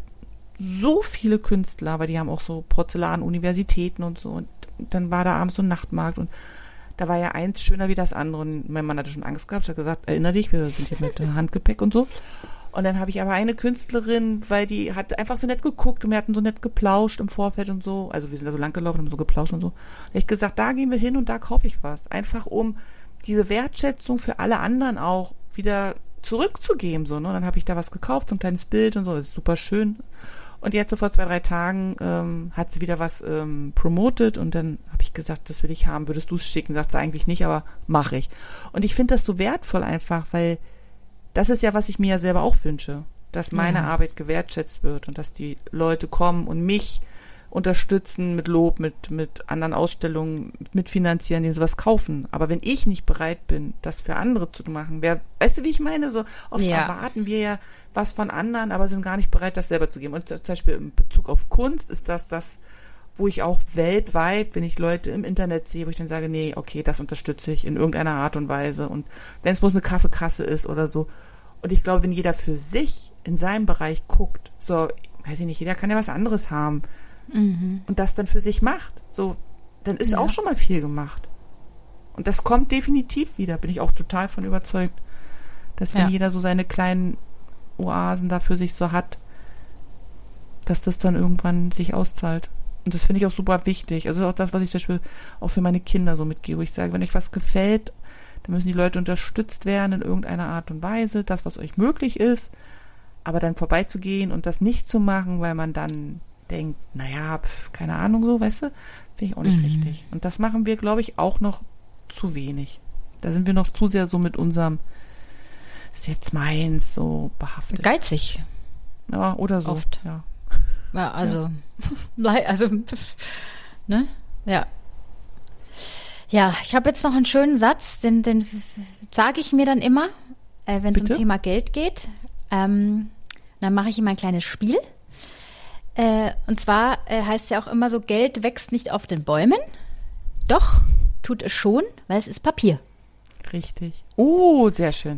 so viele Künstler, weil die haben auch so Porzellanuniversitäten und so. Und dann war da abends so ein Nachtmarkt und da war ja eins schöner wie das andere. Und mein Mann hatte schon Angst gehabt, hat gesagt, erinner dich, wir sind hier mit Handgepäck und so. Und dann habe ich aber eine Künstlerin, weil die hat einfach so nett geguckt und wir hatten so nett geplauscht im Vorfeld und so. Also wir sind da so lang gelaufen und haben so geplauscht und so. Da habe ich gesagt, da gehen wir hin und da kaufe ich was. Einfach um diese Wertschätzung für alle anderen auch wieder zurückzugeben. So, ne? Und dann habe ich da was gekauft, so ein kleines Bild und so. Das ist super schön. Und jetzt so vor zwei, drei Tagen ähm, hat sie wieder was ähm, promotet und dann habe ich gesagt, das will ich haben, würdest du es schicken? Sagt sie eigentlich nicht, aber mache ich. Und ich finde das so wertvoll einfach, weil das ist ja, was ich mir ja selber auch wünsche, dass meine Ja. Arbeit gewertschätzt wird und dass die Leute kommen und mich unterstützen mit Lob, mit mit anderen Ausstellungen, mitfinanzieren, die sowas kaufen. Aber wenn ich nicht bereit bin, das für andere zu machen, wer, weißt du, wie ich meine? So oft Ja. erwarten wir ja was von anderen, aber sind gar nicht bereit, das selber zu geben. Und zum Beispiel in Bezug auf Kunst ist das das, wo ich auch weltweit, wenn ich Leute im Internet sehe, wo ich dann sage, nee, okay, das unterstütze ich in irgendeiner Art und Weise. Und wenn es bloß eine Kaffeekasse ist oder so. Und ich glaube, wenn jeder für sich in seinem Bereich guckt, so, weiß ich nicht, jeder kann ja was anderes haben. Mhm. Und das dann für sich macht, so, dann ist Ja. auch schon mal viel gemacht. Und das kommt definitiv wieder, bin ich auch total von überzeugt, dass wenn Ja. jeder so seine kleinen Oasen da für sich so hat, dass das dann irgendwann sich auszahlt. Und das finde ich auch super wichtig. Also auch das, was ich zum Beispiel auch für meine Kinder so mitgebe. Ich sage, wenn euch was gefällt, dann müssen die Leute unterstützt werden in irgendeiner Art und Weise, das, was euch möglich ist. Aber dann vorbeizugehen und das nicht zu machen, weil man dann denkt, naja, pf, keine Ahnung so, weißt du, finde ich auch nicht Mhm. richtig. Und das machen wir, glaube ich, auch noch zu wenig. Da sind wir noch zu sehr so mit unserem, ist jetzt meins, so behaftet. Geizig. Ja, oder so. Oft. Ja. Ja, also, lei- also, ne? Ja. Ja, ich habe jetzt noch einen schönen Satz, den, den sage ich mir dann immer, äh, wenn es um Bitte? Thema Geld geht. Ähm, dann mache ich immer ein kleines Spiel. Äh, und zwar äh, heißt es ja auch immer so, Geld wächst nicht auf den Bäumen. Doch, tut es schon, weil es ist Papier. Richtig. Oh, sehr schön.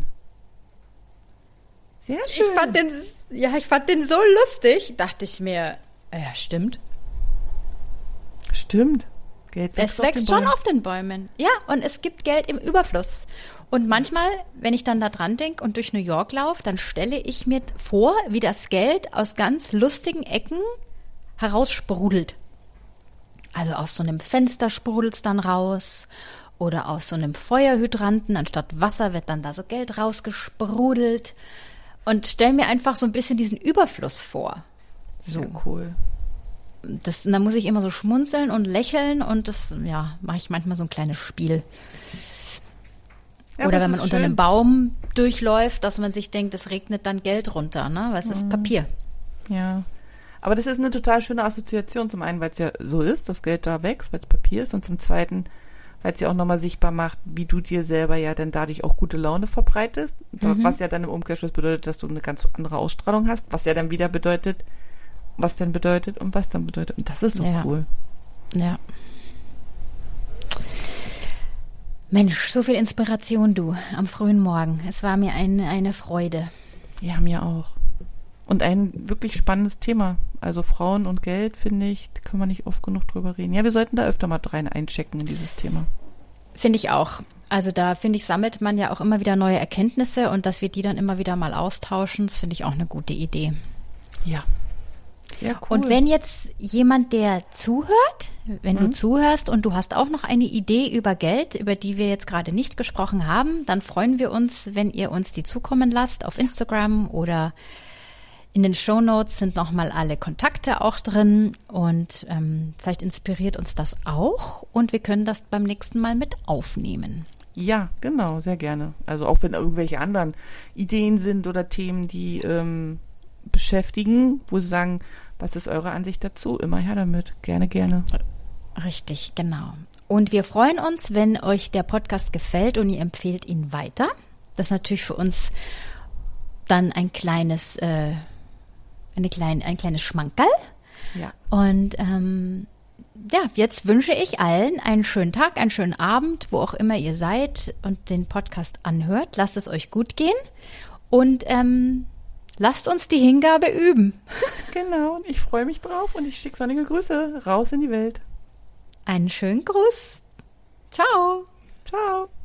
Sehr schön. Ich fand den, ja, ich fand den so lustig, dachte ich mir, ja, stimmt. Stimmt. Geld Es auf den wächst schon Bäumen. auf den Bäumen. Ja, und es gibt Geld im Überfluss. Und manchmal, wenn ich dann da dran denke und durch New York laufe, dann stelle ich mir vor, wie das Geld aus ganz lustigen Ecken heraussprudelt. Also aus so einem Fenster sprudelt es dann raus oder aus so einem Feuerhydranten. Anstatt Wasser wird dann da so Geld rausgesprudelt. Und stelle mir einfach so ein bisschen diesen Überfluss vor. So cool. Das, da muss ich immer so schmunzeln und lächeln und das, ja, mache ich manchmal so ein kleines Spiel. Ja, Oder aber wenn es man ist unter schön. einem Baum durchläuft, dass man sich denkt, es regnet dann Geld runter, ne? Weil es ist Papier. Ja. Aber das ist eine total schöne Assoziation. Zum einen, weil es ja so ist, das Geld da wächst, weil es Papier ist. Und zum zweiten, weil es ja auch nochmal sichtbar macht, wie du dir selber ja dann dadurch auch gute Laune verbreitest. Mhm. Was ja dann im Umkehrschluss bedeutet, dass du eine ganz andere Ausstrahlung hast. Was ja dann wieder bedeutet, was dann bedeutet und was dann bedeutet. Und das ist doch Ja. cool. Ja. Mensch, so viel Inspiration, du, am frühen Morgen. Es war mir ein, eine Freude. Ja, mir auch. Und ein wirklich spannendes Thema. Also Frauen und Geld, finde ich, da können wir nicht oft genug drüber reden. Ja, wir sollten da öfter mal rein einchecken in dieses Thema. Finde ich auch. Also da, finde ich, sammelt man ja auch immer wieder neue Erkenntnisse und dass wir die dann immer wieder mal austauschen, das finde ich auch eine gute Idee. Ja. Ja, cool. Und wenn jetzt jemand, der zuhört, wenn mhm. du zuhörst und du hast auch noch eine Idee über Geld, über die wir jetzt gerade nicht gesprochen haben, dann freuen wir uns, wenn ihr uns die zukommen lasst auf Instagram oder in den Shownotes sind nochmal alle Kontakte auch drin und ähm, vielleicht inspiriert uns das auch und wir können das beim nächsten Mal mit aufnehmen. Ja, genau, sehr gerne. Also auch wenn irgendwelche anderen Ideen sind oder Themen, die ähm, beschäftigen, wo Sie sagen, was ist eure Ansicht dazu? Immer her damit. Gerne, gerne. Richtig, genau. Und wir freuen uns, wenn euch der Podcast gefällt und ihr empfehlt ihn weiter. Das ist natürlich für uns dann ein kleines, äh, eine kleine, ein kleines Schmankerl. Ja. Und ähm, ja, jetzt wünsche ich allen einen schönen Tag, einen schönen Abend, wo auch immer ihr seid und den Podcast anhört. Lasst es euch gut gehen und ähm, lasst uns die Hingabe üben. Genau, und ich freue mich drauf und ich schicke sonnige Grüße raus in die Welt. Einen schönen Gruß. Ciao. Ciao.